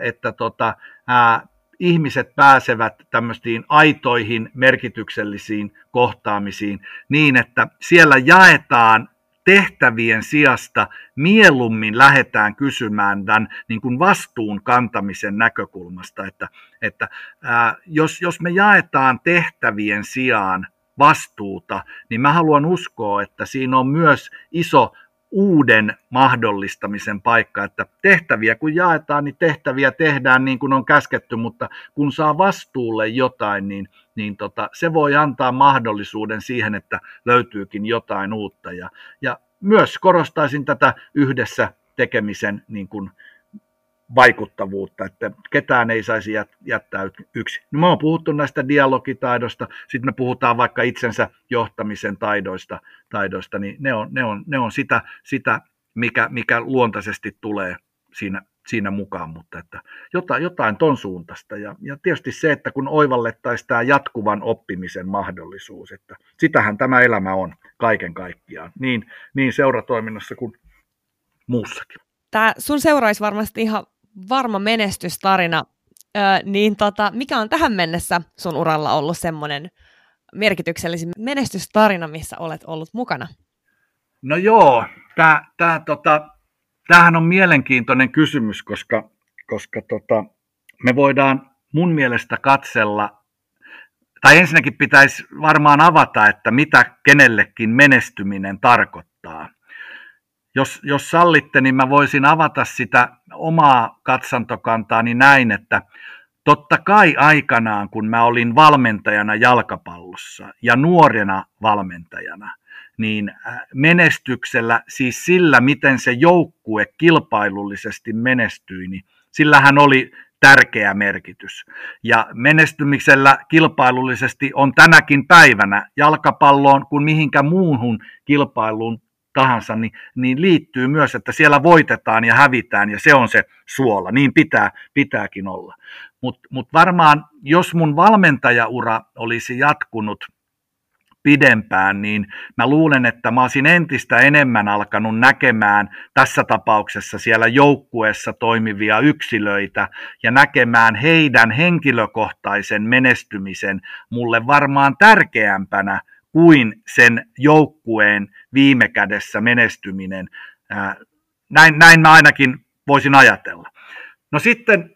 ihmiset pääsevät tämmöisiin aitoihin, merkityksellisiin kohtaamisiin niin, että siellä jaetaan tehtävien sijasta mieluummin lähdetään kysymään tämän niin kuin vastuun kantamisen näkökulmasta, että jos me jaetaan tehtävien sijaan vastuuta, niin mä haluan uskoa, että siinä on myös iso uuden mahdollistamisen paikka, että tehtäviä kun jaetaan, niin tehtäviä tehdään niin kuin on käsketty, mutta kun saa vastuulle jotain, niin se voi antaa mahdollisuuden siihen, että löytyykin jotain uutta. Ja myös korostaisin tätä yhdessä tekemisen niin kuin vaikuttavuutta, että ketään ei saisi jättää yksin. No, me on puhuttu näistä dialogitaidoista, sitten me puhutaan vaikka itsensä johtamisen taidoista, niin ne on sitä mikä luontaisesti tulee siinä mukaan, mutta että jotain ton suuntaista. Ja tietysti se, että kun oivallettaisiin tämä jatkuvan oppimisen mahdollisuus, että sitähän tämä elämä on kaiken kaikkiaan, niin seuratoiminnassa kuin muussakin. Tämä sun seura olisi varmasti ihan varma menestystarina, mikä on tähän mennessä sun uralla ollut semmoinen merkityksellisin menestystarina, missä olet ollut mukana? No joo, tämähän on mielenkiintoinen kysymys, koska me voidaan mun mielestä katsella, tai ensinnäkin pitäisi varmaan avata, että mitä kenellekin menestyminen tarkoittaa. Jos sallitte, niin mä voisin avata sitä omaa katsantokantaani näin, että totta kai aikanaan, kun mä olin valmentajana jalkapallossa ja nuorena valmentajana, niin menestyksellä, siis sillä, miten se joukkue kilpailullisesti menestyi, niin sillähän oli tärkeä merkitys. Ja menestymisellä kilpailullisesti on tänäkin päivänä jalkapalloon kuin mihinkä muuhun kilpailuun tahansa, niin liittyy myös, että siellä voitetaan ja hävitään, ja se on se suola, niin pitääkin olla. Mut varmaan, jos mun valmentajaura olisi jatkunut pidempään, niin mä luulen, että mä olisin entistä enemmän alkanut näkemään tässä tapauksessa siellä joukkueessa toimivia yksilöitä ja näkemään heidän henkilökohtaisen menestymisen mulle varmaan tärkeämpänä kuin sen joukkueen viime kädessä menestyminen. Näin mä ainakin voisin ajatella. No sitten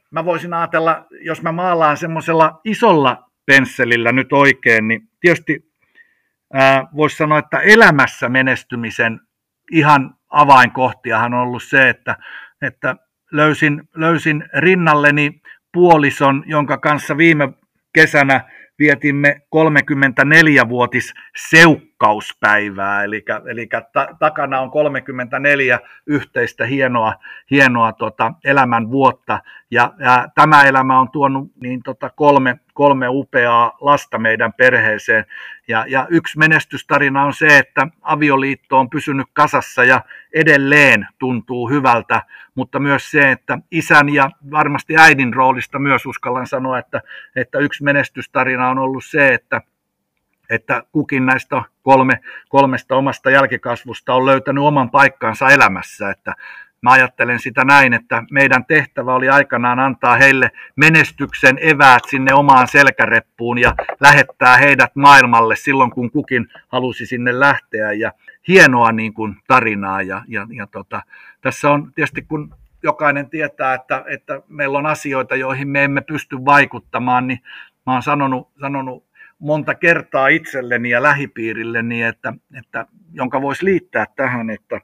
mä voisin ajatella, jos mä maalaan semmoisella isolla pensselillä nyt oikein, niin tietysti voisi sanoa, että elämässä menestymisen ihan avainkohtiahan on ollut se, että löysin rinnalleni puolison, jonka kanssa viime kesänä vietimme 34-vuotis seukkauspäivää, eli takana on 34 yhteistä hienoa elämän vuotta, ja tämä elämä on tuonut niin kolme upeaa lasta meidän perheeseen, ja yksi menestystarina on se, että avioliitto on pysynyt kasassa ja edelleen tuntuu hyvältä, mutta myös se, että isän ja varmasti äidin roolista myös uskallan sanoa, että yksi menestystarina on ollut se, että kukin näistä kolmesta omasta jälkikasvusta on löytänyt oman paikkansa elämässä, että mä ajattelen sitä näin, että meidän tehtävä oli aikanaan antaa heille menestyksen eväät sinne omaan selkäreppuun ja lähettää heidät maailmalle silloin, kun kukin halusi sinne lähteä. Ja hienoa niin kuin tarinaa. Tässä on tietysti, kun jokainen tietää, että meillä on asioita, joihin me emme pysty vaikuttamaan, niin mä oon sanonut monta kertaa itselleni ja lähipiirilleni, että jonka voisi liittää tähän, että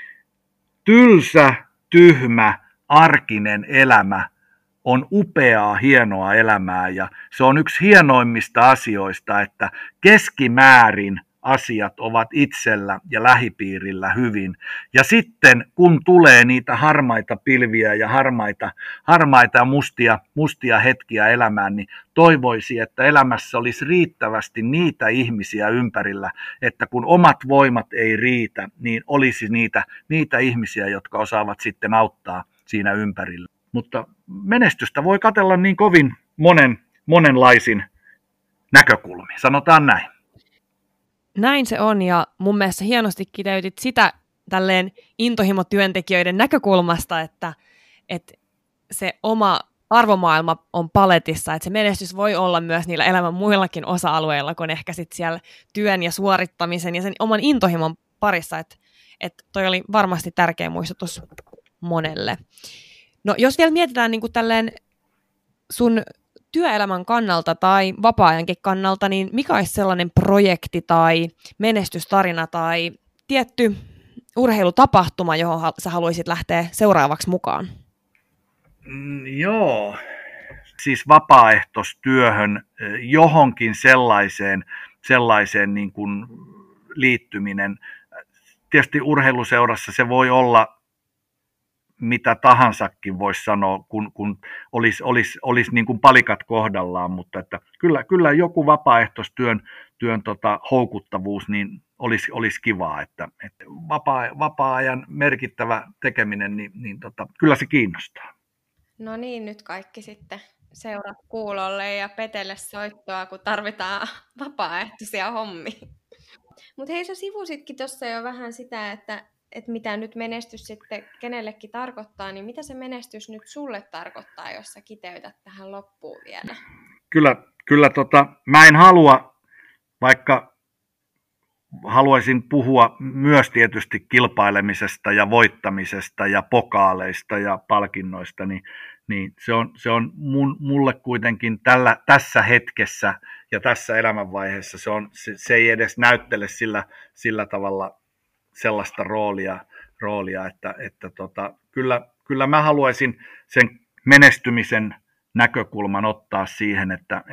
tylsä, tyhmä, arkinen elämä on upeaa, hienoa elämää ja se on yksi hienoimmista asioista, että keskimäärin asiat ovat itsellä ja lähipiirillä hyvin. Ja sitten kun tulee niitä harmaita pilviä ja harmaita ja mustia hetkiä elämään, niin toivoisi, että elämässä olisi riittävästi niitä ihmisiä ympärillä, että kun omat voimat ei riitä, niin olisi niitä ihmisiä, jotka osaavat sitten auttaa siinä ympärillä. Mutta menestystä voi katsella niin kovin monenlaisin näkökulmin, sanotaan näin. Näin se on, ja mun mielestä hienosti kiteytit sitä tälleen intohimotyöntekijöiden näkökulmasta, että se oma arvomaailma on paletissa, että se menestys voi olla myös niillä elämän muillakin osa-alueilla, kuin ehkä sit siellä työn ja suorittamisen ja sen oman intohimon parissa, että toi oli varmasti tärkeä muistutus monelle. No jos vielä mietitään niin kuin tälleen sun työelämän kannalta tai vapaa-ajankin kannalta, niin mikä olisi sellainen projekti tai menestystarina tai tietty urheilutapahtuma, johon sä haluaisit lähteä seuraavaksi mukaan? Joo, siis vapaaehtoistyöhön johonkin sellaiseen niin kuin liittyminen. Tietysti urheiluseurassa se voi olla mitä tahansakin voisi sanoa, kun olisi niin kuin palikat kohdallaan, mutta että kyllä joku vapaaehtoistyön houkuttavuus niin olisi kivaa, että vapaa-ajan merkittävä tekeminen, niin kyllä se kiinnostaa. No niin, nyt kaikki sitten seurat kuulolle ja Petelle soittoa, kun tarvitaan vapaaehtoisia hommia. Mutta hei, sä sivusitkin tuossa jo vähän sitä, että mitä nyt menestys sitten kenellekin tarkoittaa, niin mitä se menestys nyt sulle tarkoittaa, jos sä kiteytät tähän loppuun vielä? Kyllä mä en halua, vaikka haluaisin puhua myös tietysti kilpailemisesta ja voittamisesta ja pokaaleista ja palkinnoista, niin se on mulle kuitenkin tässä hetkessä ja tässä elämänvaiheessa se ei edes näyttele sillä tavalla sellaista roolia että kyllä mä haluaisin sen menestymisen näkökulman ottaa siihen, että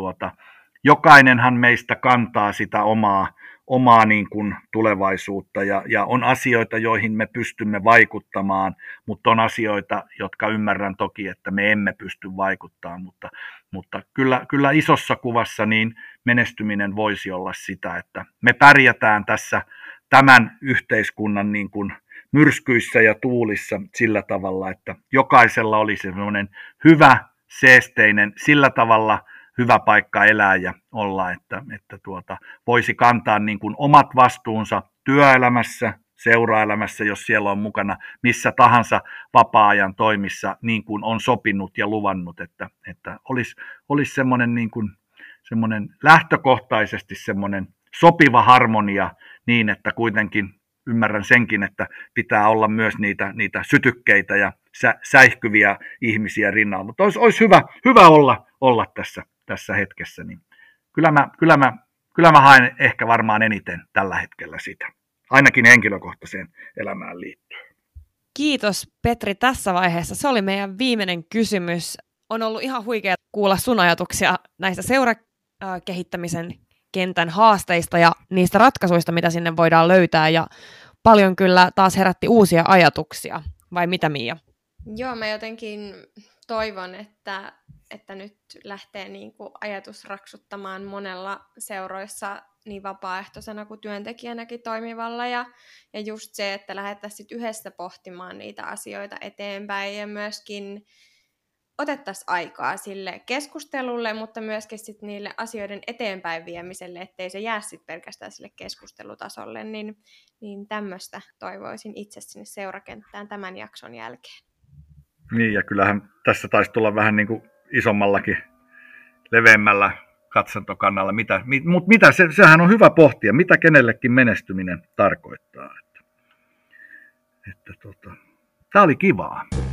jokainenhan meistä kantaa sitä omaa niin kuin tulevaisuutta ja on asioita, joihin me pystymme vaikuttamaan, mutta on asioita, jotka ymmärrän toki, että me emme pysty vaikuttamaan, mutta kyllä isossa kuvassa niin menestyminen voisi olla sitä, että me pärjätään tässä tämän yhteiskunnan niin kuin myrskyissä ja tuulissa sillä tavalla, että jokaisella olisi semmoinen hyvä, seesteinen, sillä tavalla hyvä paikka elää ja olla, että voisi kantaa niin kuin omat vastuunsa työelämässä, seuraelämässä, jos siellä on mukana missä tahansa vapaa-ajan toimissa, niin kuin on sopinut ja luvannut, että olisi semmoinen niin kuin semmoinen lähtökohtaisesti semmoinen sopiva harmonia niin, että kuitenkin ymmärrän senkin, että pitää olla myös niitä sytykkeitä ja säihkyviä ihmisiä rinnalla, mutta olisi hyvä olla tässä hetkessä, niin kyllä mä haen ehkä varmaan eniten tällä hetkellä sitä, ainakin henkilökohtaiseen elämään liittyen. Kiitos Petri tässä vaiheessa. Se oli meidän viimeinen kysymys. On ollut ihan huikea kuulla sun ajatuksia näistä seurakehittämisen kentän haasteista ja niistä ratkaisuista, mitä sinne voidaan löytää. Ja paljon kyllä taas herätti uusia ajatuksia. Vai mitä, Miia? Joo, mä jotenkin toivon, että nyt lähtee niin kuin ajatus raksuttamaan monella seuroissa niin vapaaehtoisena kuin työntekijänäkin toimivalla. Ja just se, että lähdettäisiin yhdessä pohtimaan niitä asioita eteenpäin ja myöskin otettaisiin aikaa sille keskustelulle, mutta myöskin sit niille asioiden eteenpäin viemiselle, ettei se jää sit pelkästään sille keskustelutasolle, niin tämmöistä toivoisin itse sinne seurakenttään tämän jakson jälkeen. Niin, ja kyllähän tässä taisi tulla vähän niin kuin isommallakin, leveämmällä katsantokannalla, mutta sehän on hyvä pohtia, mitä kenellekin menestyminen tarkoittaa. Tämä oli kivaa.